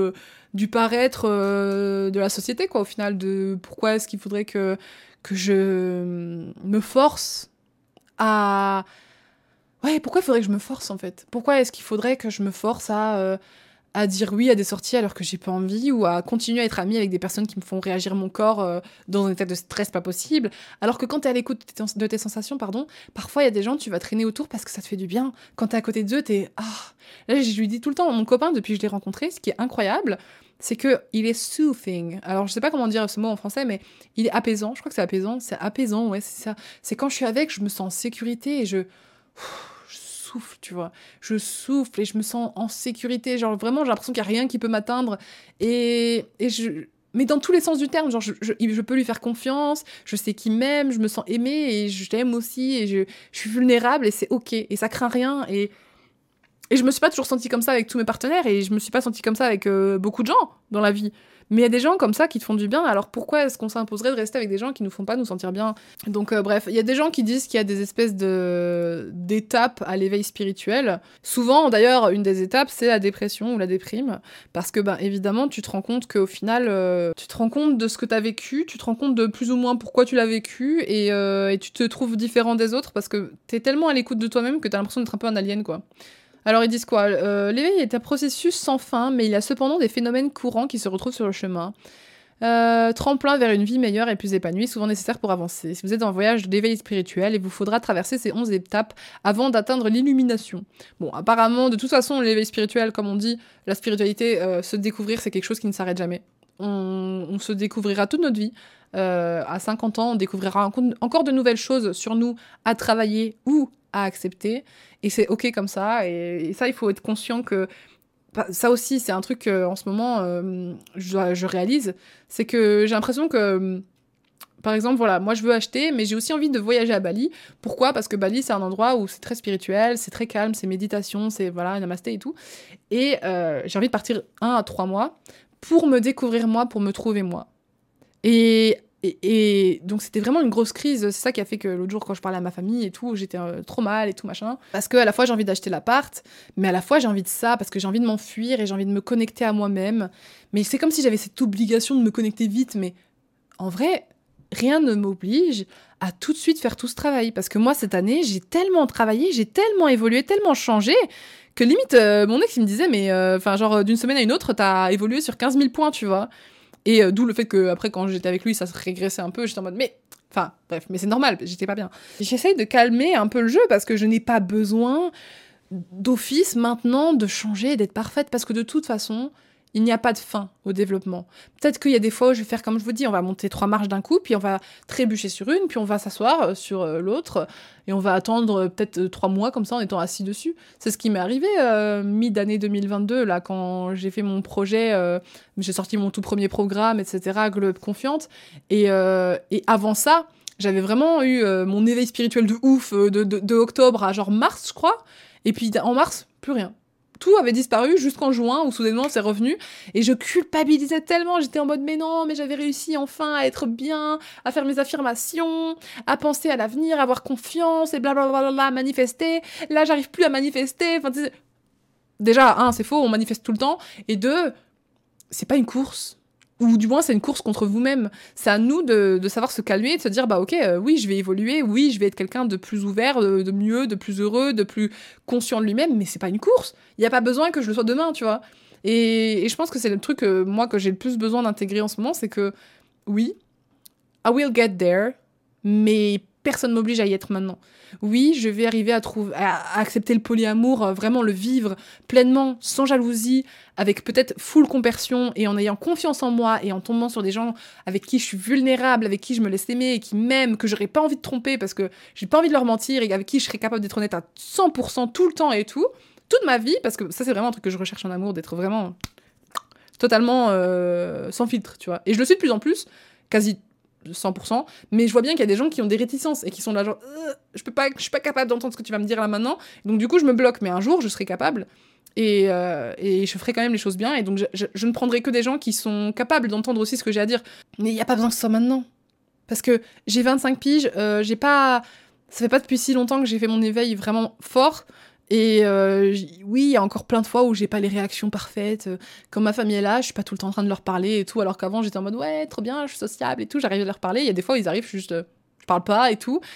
du paraître de la société, quoi, au final, de pourquoi est-ce qu'il faudrait que je me force à... Ouais, pourquoi il faudrait que je me force, en fait ? Pourquoi est-ce qu'il faudrait que je me force à dire oui à des sorties alors que j'ai pas envie, ou à continuer à être amie avec des personnes qui me font réagir mon corps dans un état de stress pas possible, alors que quand t'es à l'écoute de tes sensations, parfois il y a des gens, tu vas traîner autour parce que ça te fait du bien. Quand t'es à côté d'eux, t'es... Ah. Là, je lui dis tout le temps à mon copain, depuis que je l'ai rencontré, ce qui est incroyable, c'est que il est soothing. Alors, je sais pas comment dire ce mot en français, mais il est apaisant. Je crois que c'est apaisant. C'est apaisant, ouais, c'est ça. C'est quand je suis avec, je me sens en sécurité et je souffle, tu vois. Je souffle et je me sens en sécurité. Genre, vraiment, j'ai l'impression qu'il n'y a rien qui peut m'atteindre. Mais dans tous les sens du terme, genre, je peux lui faire confiance, je sais qu'il m'aime, je me sens aimée et je l'aime aussi, et je suis vulnérable et c'est ok. Et ça craint rien. Et je me suis pas toujours sentie comme ça avec tous mes partenaires, et je me suis pas sentie comme ça avec beaucoup de gens dans la vie. Mais il y a des gens comme ça qui te font du bien, alors pourquoi est-ce qu'on s'imposerait de rester avec des gens qui nous font pas nous sentir bien ? Donc bref, il y a des gens qui disent qu'il y a des espèces d'étapes à l'éveil spirituel. Souvent, d'ailleurs, une des étapes, c'est la dépression ou la déprime, parce que, évidemment, tu te rends compte qu'au final, tu te rends compte de ce que t'as vécu, tu te rends compte de plus ou moins pourquoi tu l'as vécu, et tu te trouves différent des autres, parce que t'es tellement à l'écoute de toi-même que t'as l'impression d'être un peu un alien, quoi. Alors ils disent quoi ? L'éveil est un processus sans fin, mais il y a cependant des phénomènes courants qui se retrouvent sur le chemin. Tremplin vers une vie meilleure et plus épanouie, souvent nécessaire pour avancer. Si vous êtes en voyage d'éveil spirituel, il vous faudra traverser ces 11 étapes avant d'atteindre l'illumination. Bon, apparemment, de toute façon, l'éveil spirituel, comme on dit, la spiritualité, se découvrir, c'est quelque chose qui ne s'arrête jamais. On se découvrira toute notre vie. À 50 ans, on découvrira encore de nouvelles choses sur nous à travailler ou à accepter. Et c'est ok comme ça. Et ça, il faut être conscient que... Ça aussi, c'est un truc en ce moment, je réalise. C'est que j'ai l'impression que Par exemple, voilà, moi je veux acheter, mais j'ai aussi envie de voyager à Bali. Pourquoi ? Parce que Bali, c'est un endroit où c'est très spirituel, c'est très calme, c'est méditation, c'est voilà, namasté et tout. Et j'ai envie de partir 1 à 3 mois pour me découvrir moi, pour me trouver moi. Et donc c'était vraiment une grosse crise, c'est ça qui a fait que l'autre jour quand je parlais à ma famille et tout, j'étais trop mal et tout machin. Parce que à la fois j'ai envie d'acheter l'appart, mais à la fois j'ai envie de ça, parce que j'ai envie de m'enfuir et j'ai envie de me connecter à moi-même. Mais c'est comme si j'avais cette obligation de me connecter vite, mais en vrai, rien ne m'oblige à tout de suite faire tout ce travail. Parce que moi cette année, j'ai tellement travaillé, j'ai tellement évolué, tellement changé, que limite mon ex il me disait, mais enfin genre d'une semaine à une autre, t'as évolué sur 15 000 points, tu vois. Et d'où le fait que après quand j'étais avec lui, ça se régressait un peu. J'étais en mode mais, enfin bref, mais c'est normal, j'étais pas bien. J'essaye de calmer un peu le jeu parce que je n'ai pas besoin d'office maintenant de changer et d'être parfaite parce que de toute façon, il n'y a pas de fin au développement. Peut-être qu'il y a des fois où je vais faire comme je vous dis, on va monter 3 marches d'un coup, puis on va trébucher sur une, puis on va s'asseoir sur l'autre, et on va attendre peut-être 3 mois comme ça en étant assis dessus. C'est ce qui m'est arrivé mi-d'année 2022, là, quand j'ai fait mon projet, j'ai sorti mon tout premier programme, etc., Glow Up Confiante, et avant ça, j'avais vraiment eu mon éveil spirituel de ouf de octobre à genre mars, je crois, et puis en mars, plus rien. Tout avait disparu jusqu'en juin où soudainement c'est revenu et je culpabilisais tellement, j'étais en mode mais non, mais j'avais réussi enfin à être bien, à faire mes affirmations, à penser à l'avenir, à avoir confiance et blablabla, à manifester. Là j'arrive plus à manifester. Enfin, déjà, c'est faux, on manifeste tout le temps, et deux, c'est pas une course. Ou du moins, c'est une course contre vous-même. C'est à nous de savoir se calmer et de se dire, bah ok, oui, je vais évoluer, oui, je vais être quelqu'un de plus ouvert, de mieux, de plus heureux, de plus conscient de lui-même, mais c'est pas une course. Il n'y a pas besoin que je le sois demain, tu vois. Et je pense que c'est le truc, moi, que j'ai le plus besoin d'intégrer en ce moment, c'est que, oui, I will get there, mais personne m'oblige à y être maintenant. Oui, je vais arriver à accepter le polyamour, vraiment le vivre pleinement, sans jalousie, avec peut-être full compersion et en ayant confiance en moi et en tombant sur des gens avec qui je suis vulnérable, avec qui je me laisse aimer et qui m'aiment, que j'aurais pas envie de tromper parce que j'ai pas envie de leur mentir et avec qui je serais capable d'être honnête à 100% tout le temps et tout, toute ma vie, parce que ça c'est vraiment un truc que je recherche en amour, d'être vraiment totalement sans filtre, tu vois. Et je le suis de plus en plus, quasi 100%, mais je vois bien qu'il y a des gens qui ont des réticences et qui sont là genre je suis pas capable d'entendre ce que tu vas me dire là maintenant, donc du coup je me bloque, mais un jour je serai capable et je ferai quand même les choses bien, et donc je ne prendrai que des gens qui sont capables d'entendre aussi ce que j'ai à dire, mais il n'y a pas besoin que ce soit maintenant, parce que j'ai 25 piges, ça fait pas depuis si longtemps que j'ai fait mon éveil vraiment fort. Et oui, il y a encore plein de fois où j'ai pas les réactions parfaites. Quand ma famille est là, je suis pas tout le temps en train de leur parler et tout, alors qu'avant j'étais en mode ouais, trop bien, je suis sociable et tout, j'arrive à leur parler. Il y a des fois où ils arrivent, juste je parle pas et tout.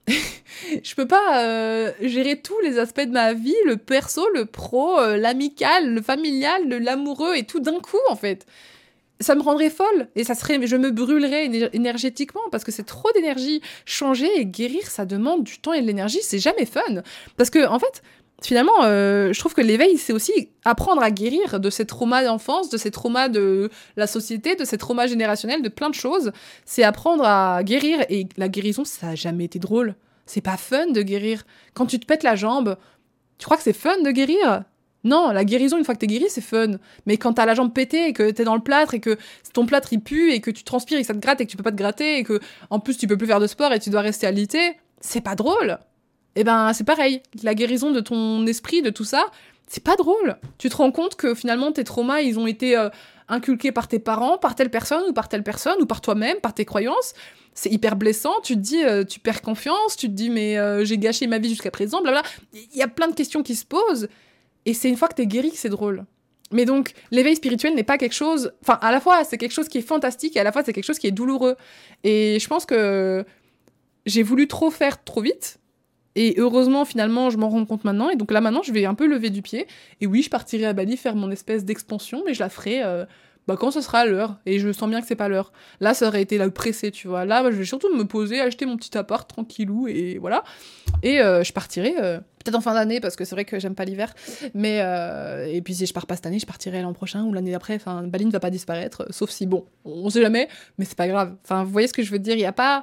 Je peux pas gérer tous les aspects de ma vie, le perso, le pro, l'amical, le familial, l'amoureux et tout d'un coup en fait. Ça me rendrait folle et je me brûlerais énergétiquement parce que c'est trop d'énergie. Changer et guérir, ça demande du temps et de l'énergie, c'est jamais fun. Parce que en fait, finalement, je trouve que l'éveil, c'est aussi apprendre à guérir de ces traumas d'enfance, de ces traumas de la société, de ces traumas générationnels, de plein de choses. C'est apprendre à guérir, et la guérison, ça a jamais été drôle. C'est pas fun de guérir. Quand tu te pètes la jambe, tu crois que c'est fun de guérir ? Non, la guérison, une fois que t'es guéri, c'est fun. Mais quand t'as la jambe pétée et que t'es dans le plâtre et que ton plâtre il pue et que tu transpires et que ça te gratte et que tu peux pas te gratter et que en plus tu peux plus faire de sport et tu dois rester alité, c'est pas drôle. Eh ben c'est pareil, la guérison de ton esprit, de tout ça, c'est pas drôle. Tu te rends compte que finalement tes traumas, ils ont été inculqués par tes parents, par telle personne ou par par toi-même, par tes croyances. C'est hyper blessant, tu te dis, tu perds confiance, tu te dis mais j'ai gâché ma vie jusqu'à présent, blablabla. Il y a plein de questions qui se posent. Et c'est une fois que t'es guéri que c'est drôle. Mais donc, l'éveil spirituel n'est pas quelque chose... Enfin, à la fois, c'est quelque chose qui est fantastique, et à la fois, c'est quelque chose qui est douloureux. Et je pense que j'ai voulu trop faire trop vite. Et heureusement, finalement, je m'en rends compte maintenant. Et donc là, maintenant, je vais un peu lever du pied. Et oui, je partirai à Bali faire mon espèce d'expansion, mais je la ferai quand ce sera l'heure. Et je sens bien que c'est pas l'heure. Là, ça aurait été la pressée, tu vois. Là, je vais surtout me poser, acheter mon petit appart tranquillou, et voilà. Et je partirai peut-être en fin d'année, parce que c'est vrai que j'aime pas l'hiver. Mais et puis si je pars pas cette année, je partirai l'an prochain ou l'année d'après. Enfin, Bali ne va pas disparaître, sauf si, bon, on sait jamais, mais c'est pas grave. Enfin, vous voyez ce que je veux dire, il y a pas...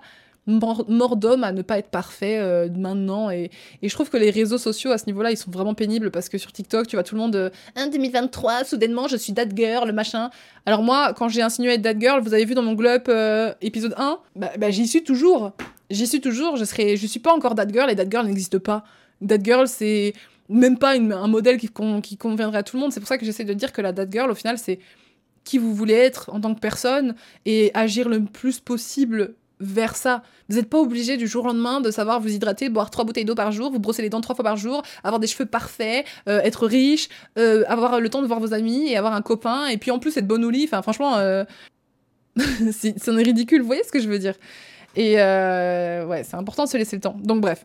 mort d'homme à ne pas être parfait maintenant. Et je trouve que les réseaux sociaux, à ce niveau-là, ils sont vraiment pénibles, parce que sur TikTok, tu vois tout le monde... 2023, soudainement, je suis that girl, le machin. Alors moi, quand j'ai insinué être that girl, vous avez vu dans mon glow-up épisode 1, j'y suis toujours. J'y suis toujours, je suis pas encore that girl, et that girl n'existe pas. That girl, c'est même pas un modèle qui conviendrait à tout le monde. C'est pour ça que j'essaie de dire que la that girl, au final, c'est qui vous voulez être en tant que personne, et agir le plus possible vers ça. Vous n'êtes pas obligé du jour au lendemain de savoir vous hydrater, boire 3 bouteilles d'eau par jour, vous brosser les dents 3 fois par jour, avoir des cheveux parfaits, être riche, avoir le temps de voir vos amis et avoir un copain, et puis en plus être bon au lit. Enfin, franchement, c'en est ridicule, vous voyez ce que je veux dire. Et ouais, c'est important de se laisser le temps. Donc bref,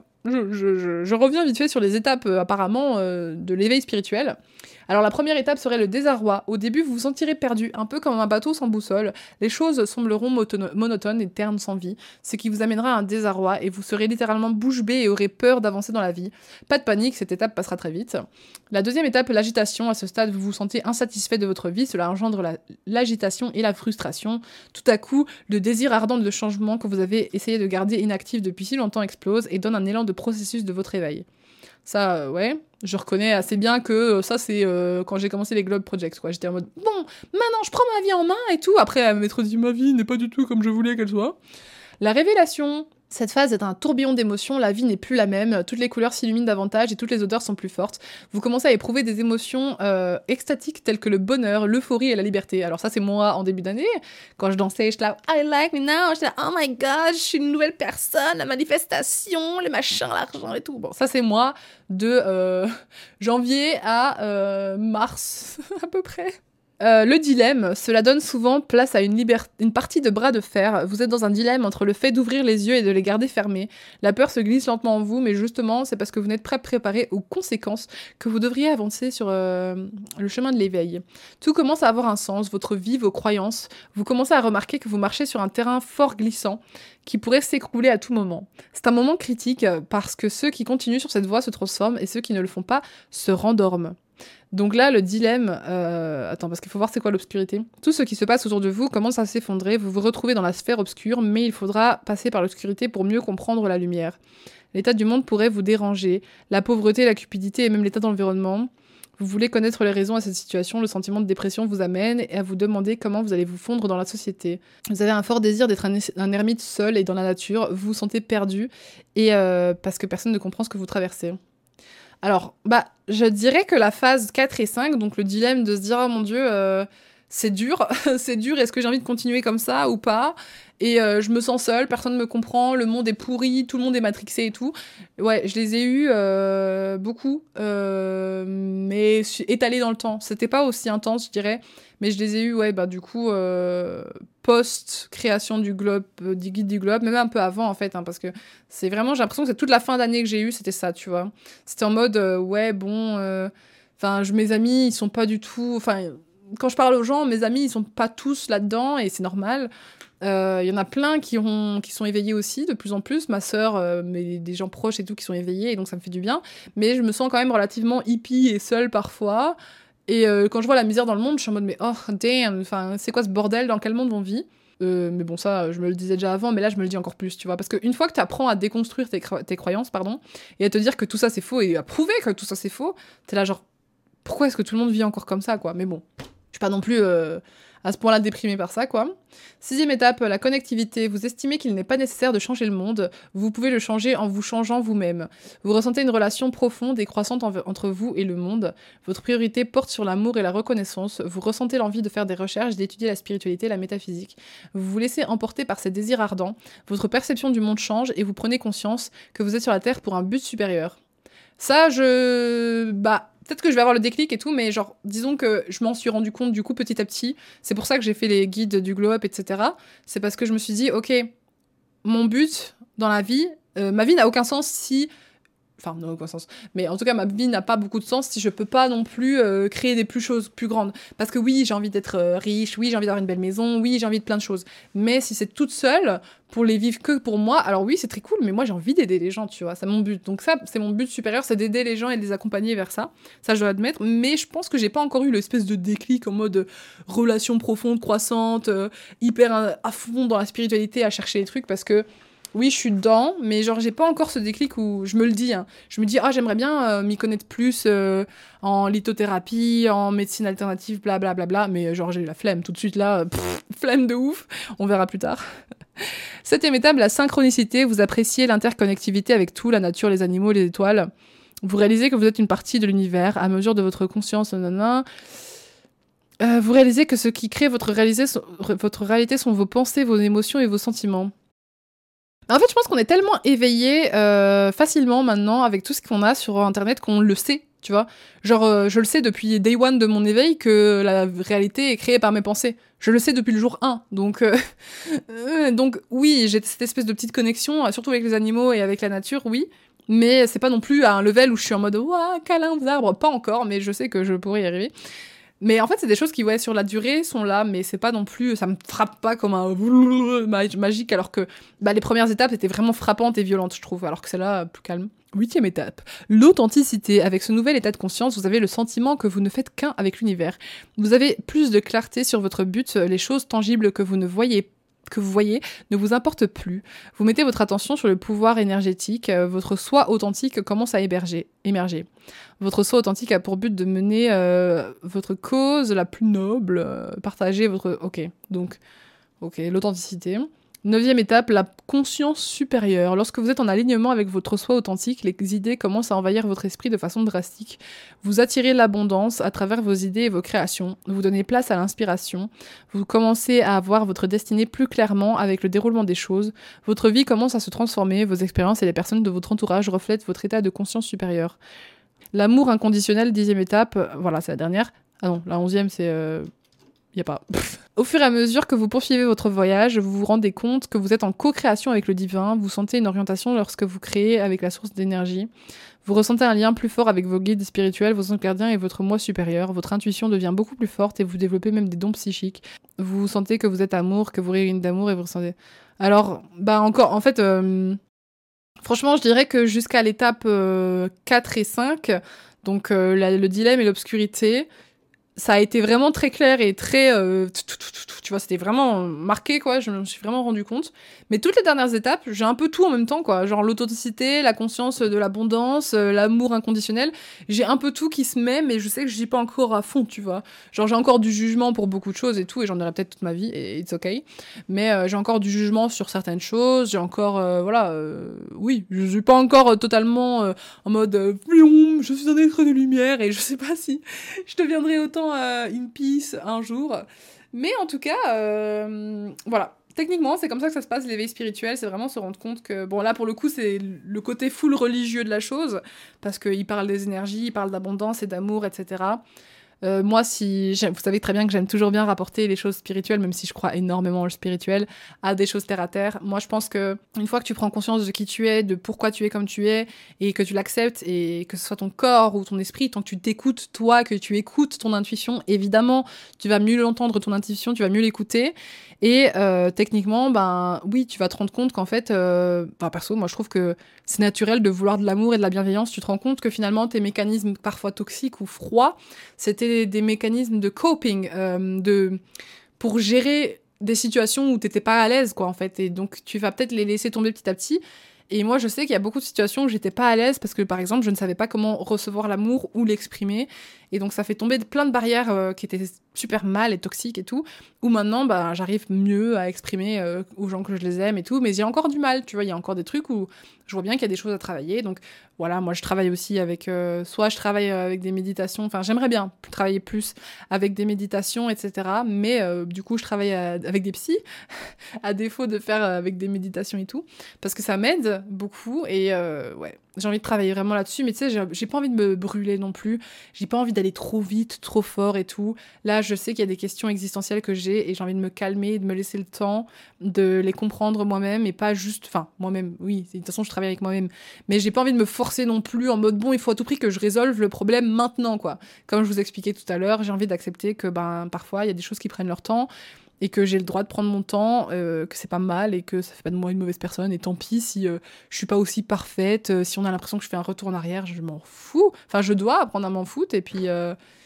je reviens vite fait sur les étapes apparemment de l'éveil spirituel. Alors la première étape serait le désarroi. Au début, vous vous sentirez perdu, un peu comme un bateau sans boussole. Les choses sembleront monotones et ternes sans vie, ce qui vous amènera à un désarroi, et vous serez littéralement bouche bée et aurez peur d'avancer dans la vie. Pas de panique, cette étape passera très vite. La deuxième étape, l'agitation. À ce stade, vous vous sentez insatisfait de votre vie, cela engendre l'agitation et la frustration. Tout à coup, le désir ardent de changement que vous avez essayé de garder inactif depuis si longtemps explose et donne un élan de processus de votre éveil. Ça, ouais, je reconnais assez bien que ça, c'est quand j'ai commencé les Globe Projects, quoi. J'étais en mode, bon, maintenant, je prends ma vie en main et tout. Après, à m'être dit, ma vie n'est pas du tout comme je voulais qu'elle soit. La révélation. Cette phase est un tourbillon d'émotions, la vie n'est plus la même, toutes les couleurs s'illuminent davantage et toutes les odeurs sont plus fortes. Vous commencez à éprouver des émotions extatiques telles que le bonheur, l'euphorie et la liberté. Alors ça, c'est moi en début d'année, quand je dansais, j'étais là, I like me now, j'étais là, oh my god, je suis une nouvelle personne, la manifestation, les machins, l'argent et tout. Bon, ça c'est moi de janvier à mars, à peu près. Le dilemme, cela donne souvent place à une partie de bras de fer. Vous êtes dans un dilemme entre le fait d'ouvrir les yeux et de les garder fermés. La peur se glisse lentement en vous, mais justement, c'est parce que vous n'êtes pas préparé aux conséquences que vous devriez avancer sur le chemin de l'éveil. Tout commence à avoir un sens, votre vie, vos croyances. Vous commencez à remarquer que vous marchez sur un terrain fort glissant qui pourrait s'écrouler à tout moment. C'est un moment critique parce que ceux qui continuent sur cette voie se transforment et ceux qui ne le font pas se rendorment. Donc là, le dilemme... Attends, parce qu'il faut voir c'est quoi l'obscurité. Tout ce qui se passe autour de vous commence à s'effondrer, vous vous retrouvez dans la sphère obscure, mais il faudra passer par l'obscurité pour mieux comprendre la lumière. L'état du monde pourrait vous déranger, la pauvreté, la cupidité et même l'état de l'environnement. Vous voulez connaître les raisons à cette situation, le sentiment de dépression vous amène et à vous demander comment vous allez vous fondre dans la société. Vous avez un fort désir d'être un ermite seul et dans la nature, vous vous sentez perdu, et parce que personne ne comprend ce que vous traversez. Alors, je dirais que la phase 4 et 5, donc le dilemme de se dire « Oh mon Dieu, c'est dur, c'est dur, est-ce que j'ai envie de continuer comme ça ou pas ?» Et je me sens seule, personne ne me comprend, le monde est pourri, tout le monde est matrixé et tout. Ouais, je les ai eus beaucoup, mais étalés dans le temps. C'était pas aussi intense, je dirais, mais je les ai eus, ouais, du coup, post-création du Globe, du guide du Globe, même un peu avant, en fait, hein, parce que c'est vraiment, j'ai l'impression que c'est toute la fin d'année que j'ai eue, c'était ça, tu vois. C'était en mode, ouais, bon, mes amis, ils sont pas du tout, enfin, quand je parle aux gens, mes amis, ils sont pas tous là-dedans, et c'est normal. Il y en a plein qui sont éveillés aussi, de plus en plus. Ma sœur, mais des gens proches et tout qui sont éveillés, et donc ça me fait du bien. Mais je me sens quand même relativement hippie et seule parfois. Et quand je vois la misère dans le monde, je suis en mode, mais oh, damn, c'est quoi ce bordel, dans quel monde on vit? Mais bon, ça, je me le disais déjà avant, mais là, je me le dis encore plus, tu vois. Parce qu'une fois que tu apprends à déconstruire tes croyances, et à te dire que tout ça, c'est faux, et à prouver que tout ça, c'est faux, t'es là genre, pourquoi est-ce que tout le monde vit encore comme ça, quoi? Mais bon, je suis pas non plus... à ce point-là déprimé par ça, quoi. 6e étape, la connectivité. Vous estimez qu'il n'est pas nécessaire de changer le monde. Vous pouvez le changer en vous changeant vous-même. Vous ressentez une relation profonde et croissante entre vous et le monde. Votre priorité porte sur l'amour et la reconnaissance. Vous ressentez l'envie de faire des recherches, d'étudier la spiritualité, la métaphysique. Vous vous laissez emporter par ces désirs ardents. Votre perception du monde change et vous prenez conscience que vous êtes sur la Terre pour un but supérieur. Ça, peut-être que je vais avoir le déclic et tout, mais genre, disons que je m'en suis rendu compte du coup petit à petit. C'est pour ça que j'ai fait les guides du glow up, etc. C'est parce que je me suis dit, ok, mon but dans la vie, ma vie n'a aucun sens si... Enfin, n'a aucun sens. Mais en tout cas, ma vie n'a pas beaucoup de sens si je peux pas non plus créer des choses plus grandes. Parce que oui, j'ai envie d'être riche, oui, j'ai envie d'avoir une belle maison, oui, j'ai envie de plein de choses. Mais si c'est toute seule, pour les vivre que pour moi, alors oui, c'est très cool, mais moi, j'ai envie d'aider les gens, tu vois. C'est mon but. Donc ça, c'est mon but supérieur, c'est d'aider les gens et de les accompagner vers ça. Ça, je dois admettre. Mais je pense que j'ai pas encore eu l'espèce de déclic en mode relation profonde, croissante, hyper à fond dans la spiritualité, à chercher les trucs, parce que oui, je suis dedans, mais genre, j'ai pas encore ce déclic où je me le dis. Hein. Je me dis, ah, j'aimerais bien m'y connaître plus en lithothérapie, en médecine alternative, blablabla. Bla, bla, bla, mais genre, j'ai eu la flemme tout de suite là. Flemme de ouf. On verra plus tard. Septième étape, la synchronicité. Vous appréciez l'interconnectivité avec tout, la nature, les animaux, les étoiles. Vous réalisez que vous êtes une partie de l'univers à mesure de votre conscience. Vous réalisez que ce qui crée votre réalité sont vos pensées, vos émotions et vos sentiments. En fait, je pense qu'on est tellement éveillé facilement maintenant avec tout ce qu'on a sur Internet qu'on le sait, tu vois. Genre, je le sais depuis day one de mon éveil que la réalité est créée par mes pensées. Je le sais depuis le jour 1. Donc oui, j'ai cette espèce de petite connexion, surtout avec les animaux et avec la nature, oui. Mais c'est pas non plus à un level où je suis en mode ouah, câlin aux arbres, pas encore, mais je sais que je pourrais y arriver. Mais en fait, c'est des choses qui, ouais, sur la durée, sont là, mais c'est pas non plus, ça me frappe pas comme un magique, alors que les premières étapes étaient vraiment frappantes et violentes, je trouve, alors que celle-là, plus calme. Huitième étape, l'authenticité. Avec ce nouvel état de conscience, vous avez le sentiment que vous ne faites qu'un avec l'univers. Vous avez plus de clarté sur votre but, les choses tangibles que vous voyez ne vous importe plus. Vous mettez votre attention sur le pouvoir énergétique, votre soi authentique commence à émerger. Votre soi authentique a pour but de mener votre cause la plus noble, partager votre... Ok, l'authenticité. Neuvième étape, la conscience supérieure. Lorsque vous êtes en alignement avec votre soi authentique, les idées commencent à envahir votre esprit de façon drastique. Vous attirez l'abondance à travers vos idées et vos créations. Vous donnez place à l'inspiration. Vous commencez à voir votre destinée plus clairement avec le déroulement des choses. Votre vie commence à se transformer. Vos expériences et les personnes de votre entourage reflètent votre état de conscience supérieure. L'amour inconditionnel, 10e étape. Voilà, c'est la dernière. Ah non, la 11e, c'est... Y a pas. Au fur et à mesure que vous poursuivez votre voyage, vous vous rendez compte que vous êtes en co-création avec le divin, vous sentez une orientation lorsque vous créez avec la source d'énergie, vous ressentez un lien plus fort avec vos guides spirituels, vos anges gardiens et votre moi supérieur, votre intuition devient beaucoup plus forte et vous développez même des dons psychiques. Vous sentez que vous êtes amour, que vous rayonnez d'amour et vous ressentez... Alors, encore, en fait... Franchement, je dirais que jusqu'à l'étape 4 et 5, donc le dilemme et l'obscurité... Ça a été vraiment très clair et très... tu vois, c'était vraiment marqué, quoi. Je me suis vraiment rendu compte. Mais toutes les dernières étapes, j'ai un peu tout en même temps, quoi. Genre l'authenticité, la conscience de l'abondance, l'amour inconditionnel. J'ai un peu tout qui se met, mais je sais que je dis pas encore à fond, tu vois. Genre j'ai encore du jugement pour beaucoup de choses et tout, et j'en aurai peut-être toute ma vie, et it's okay. Mais j'ai encore du jugement sur certaines choses. J'ai encore... oui, je suis pas encore totalement en mode... je suis un être de lumière, et je sais pas si je deviendrai autant in peace un jour. Mais en tout cas, voilà. Techniquement, c'est comme ça que ça se passe, l'éveil spirituel. C'est vraiment se rendre compte que... Bon, là, pour le coup, c'est le côté full religieux de la chose, parce qu'il parle des énergies, il parle d'abondance et d'amour, etc. Moi, vous savez très bien que j'aime toujours bien rapporter les choses spirituelles, même si je crois énormément au spirituel, à des choses terre à terre. Moi, je pense que une fois que tu prends conscience de qui tu es, de pourquoi tu es comme tu es, et que tu l'acceptes, et que ce soit ton corps ou ton esprit, tant que tu t'écoutes toi, que tu écoutes ton intuition, évidemment, tu vas mieux l'entendre, ton intuition, tu vas mieux l'écouter. Et techniquement, oui, tu vas te rendre compte qu'en fait, perso, moi je trouve que c'est naturel de vouloir de l'amour et de la bienveillance. Tu te rends compte que finalement, tes mécanismes parfois toxiques ou froids, c'était des mécanismes de coping, pour gérer des situations où t'étais pas à l'aise, quoi, en fait. Et donc, tu vas peut-être les laisser tomber petit à petit. Et moi, je sais qu'il y a beaucoup de situations où j'étais pas à l'aise parce que, par exemple, je ne savais pas comment recevoir l'amour ou l'exprimer. Et donc, ça fait tomber plein de barrières qui étaient super mal et toxiques et tout. Où maintenant, j'arrive mieux à exprimer aux gens que je les aime et tout. Mais j'ai encore du mal, tu vois. Il y a encore des trucs où je vois bien qu'il y a des choses à travailler. Donc, voilà, moi, je travaille aussi avec... soit je travaille avec des méditations. Enfin, j'aimerais bien travailler plus avec des méditations, etc. Mais du coup, je travaille avec des psys, à défaut de faire avec des méditations et tout. Parce que ça m'aide beaucoup. Et ouais, j'ai envie de travailler vraiment là-dessus. Mais tu sais, j'ai pas envie de me brûler non plus. J'ai pas envie d'aller trop vite, trop fort et tout. Là, je sais qu'il y a des questions existentielles que j'ai et j'ai envie de me calmer, de me laisser le temps de les comprendre moi-même et pas juste... Enfin, moi-même, oui, de toute façon, je travaille avec moi-même. Mais j'ai pas envie de me forcer non plus en mode, bon, il faut à tout prix que je résolve le problème maintenant, quoi. Comme je vous expliquais tout à l'heure, j'ai envie d'accepter que, parfois, il y a des choses qui prennent leur temps et que j'ai le droit de prendre mon temps, que c'est pas mal et que ça fait pas de moi une mauvaise personne, et tant pis si je suis pas aussi parfaite, si on a l'impression que je fais un retour en arrière, je m'en fous. Enfin, je dois apprendre à m'en foutre,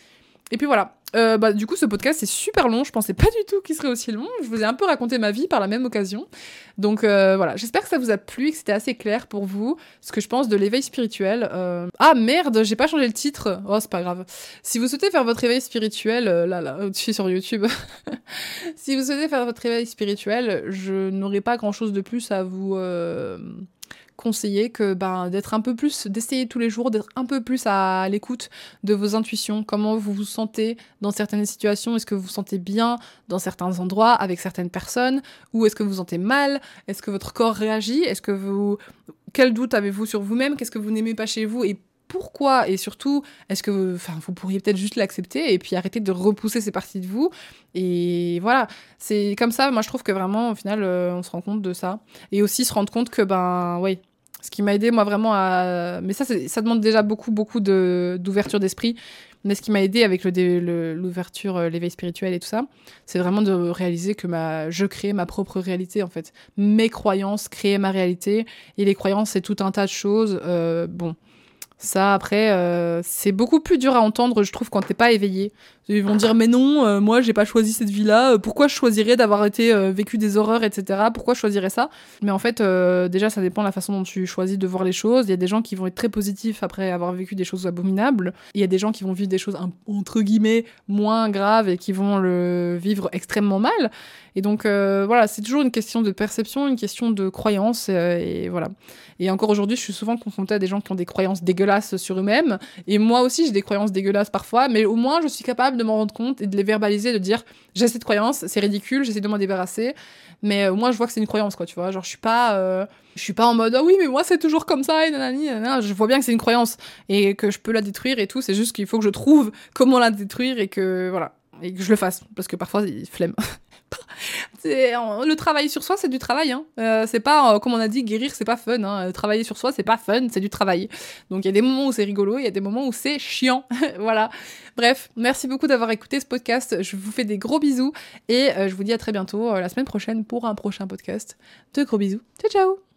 Et puis voilà. Du coup, ce podcast, c'est super long. Je pensais pas du tout qu'il serait aussi long. Je vous ai un peu raconté ma vie par la même occasion. Donc voilà, j'espère que ça vous a plu et que c'était assez clair pour vous ce que je pense de l'éveil spirituel. Ah merde, j'ai pas changé le titre. Oh, c'est pas grave. Si vous souhaitez faire votre éveil spirituel, là, je suis sur YouTube. Si vous souhaitez faire votre éveil spirituel, je n'aurai pas grand-chose de plus à vous conseiller que d'être un peu plus, d'essayer tous les jours, d'être un peu plus à l'écoute de vos intuitions, comment vous vous sentez dans certaines situations, est-ce que vous vous sentez bien dans certains endroits, avec certaines personnes, ou est-ce que vous vous sentez mal, est-ce que votre corps réagit, quel doute avez-vous sur vous-même, qu'est-ce que vous n'aimez pas chez vous, et pourquoi, et surtout, est-ce que vous pourriez peut-être juste l'accepter et puis arrêter de repousser ces parties de vous, et voilà, c'est comme ça, moi je trouve que vraiment, au final, on se rend compte de ça, et aussi se rendre compte que, ce qui m'a aidé, moi, vraiment à... Mais ça demande déjà beaucoup d'ouverture d'esprit. Mais ce qui m'a aidé avec l'ouverture, l'éveil spirituel et tout ça, c'est vraiment de réaliser que je crée ma propre réalité, en fait. Mes croyances créaient ma réalité. Et les croyances, c'est tout un tas de choses. Ça, après, c'est beaucoup plus dur à entendre, je trouve, quand t'es pas éveillé. Ils vont dire, mais non, moi, j'ai pas choisi cette vie-là. Pourquoi je choisirais d'avoir vécu des horreurs, etc. Pourquoi je choisirais ça? Mais en fait, déjà, ça dépend de la façon dont tu choisis de voir les choses. Il y a des gens qui vont être très positifs après avoir vécu des choses abominables. Il y a des gens qui vont vivre des choses, entre guillemets, moins graves et qui vont le vivre extrêmement mal. Et donc, voilà, c'est toujours une question de perception, une question de croyance, et voilà. Et encore aujourd'hui, je suis souvent confrontée à des gens qui ont des croyances dégueulasses sur eux-mêmes. Et moi aussi, j'ai des croyances dégueulasses parfois, mais au moins, je suis capable de m'en rendre compte et de les verbaliser, de dire, j'ai cette croyance, c'est ridicule, j'essaie de m'en débarrasser. Mais au moins, je vois que c'est une croyance, quoi, tu vois. Genre, je suis pas en mode, ah oui, mais moi, c'est toujours comme ça, et nanani, nanana. Je vois bien que c'est une croyance et que je peux la détruire et tout. C'est juste qu'il faut que je trouve comment la détruire et que, voilà. Et que je le fasse. Parce que parfois, il flemme. Le travail sur soi, c'est du travail. Hein. C'est pas, comme on a dit, guérir, c'est pas fun. Hein. Travailler sur soi, c'est pas fun, c'est du travail. Donc il y a des moments où c'est rigolo, il y a des moments où c'est chiant. Voilà. Bref, merci beaucoup d'avoir écouté ce podcast. Je vous fais des gros bisous et je vous dis à très bientôt la semaine prochaine pour un prochain podcast. De gros bisous. Ciao, ciao!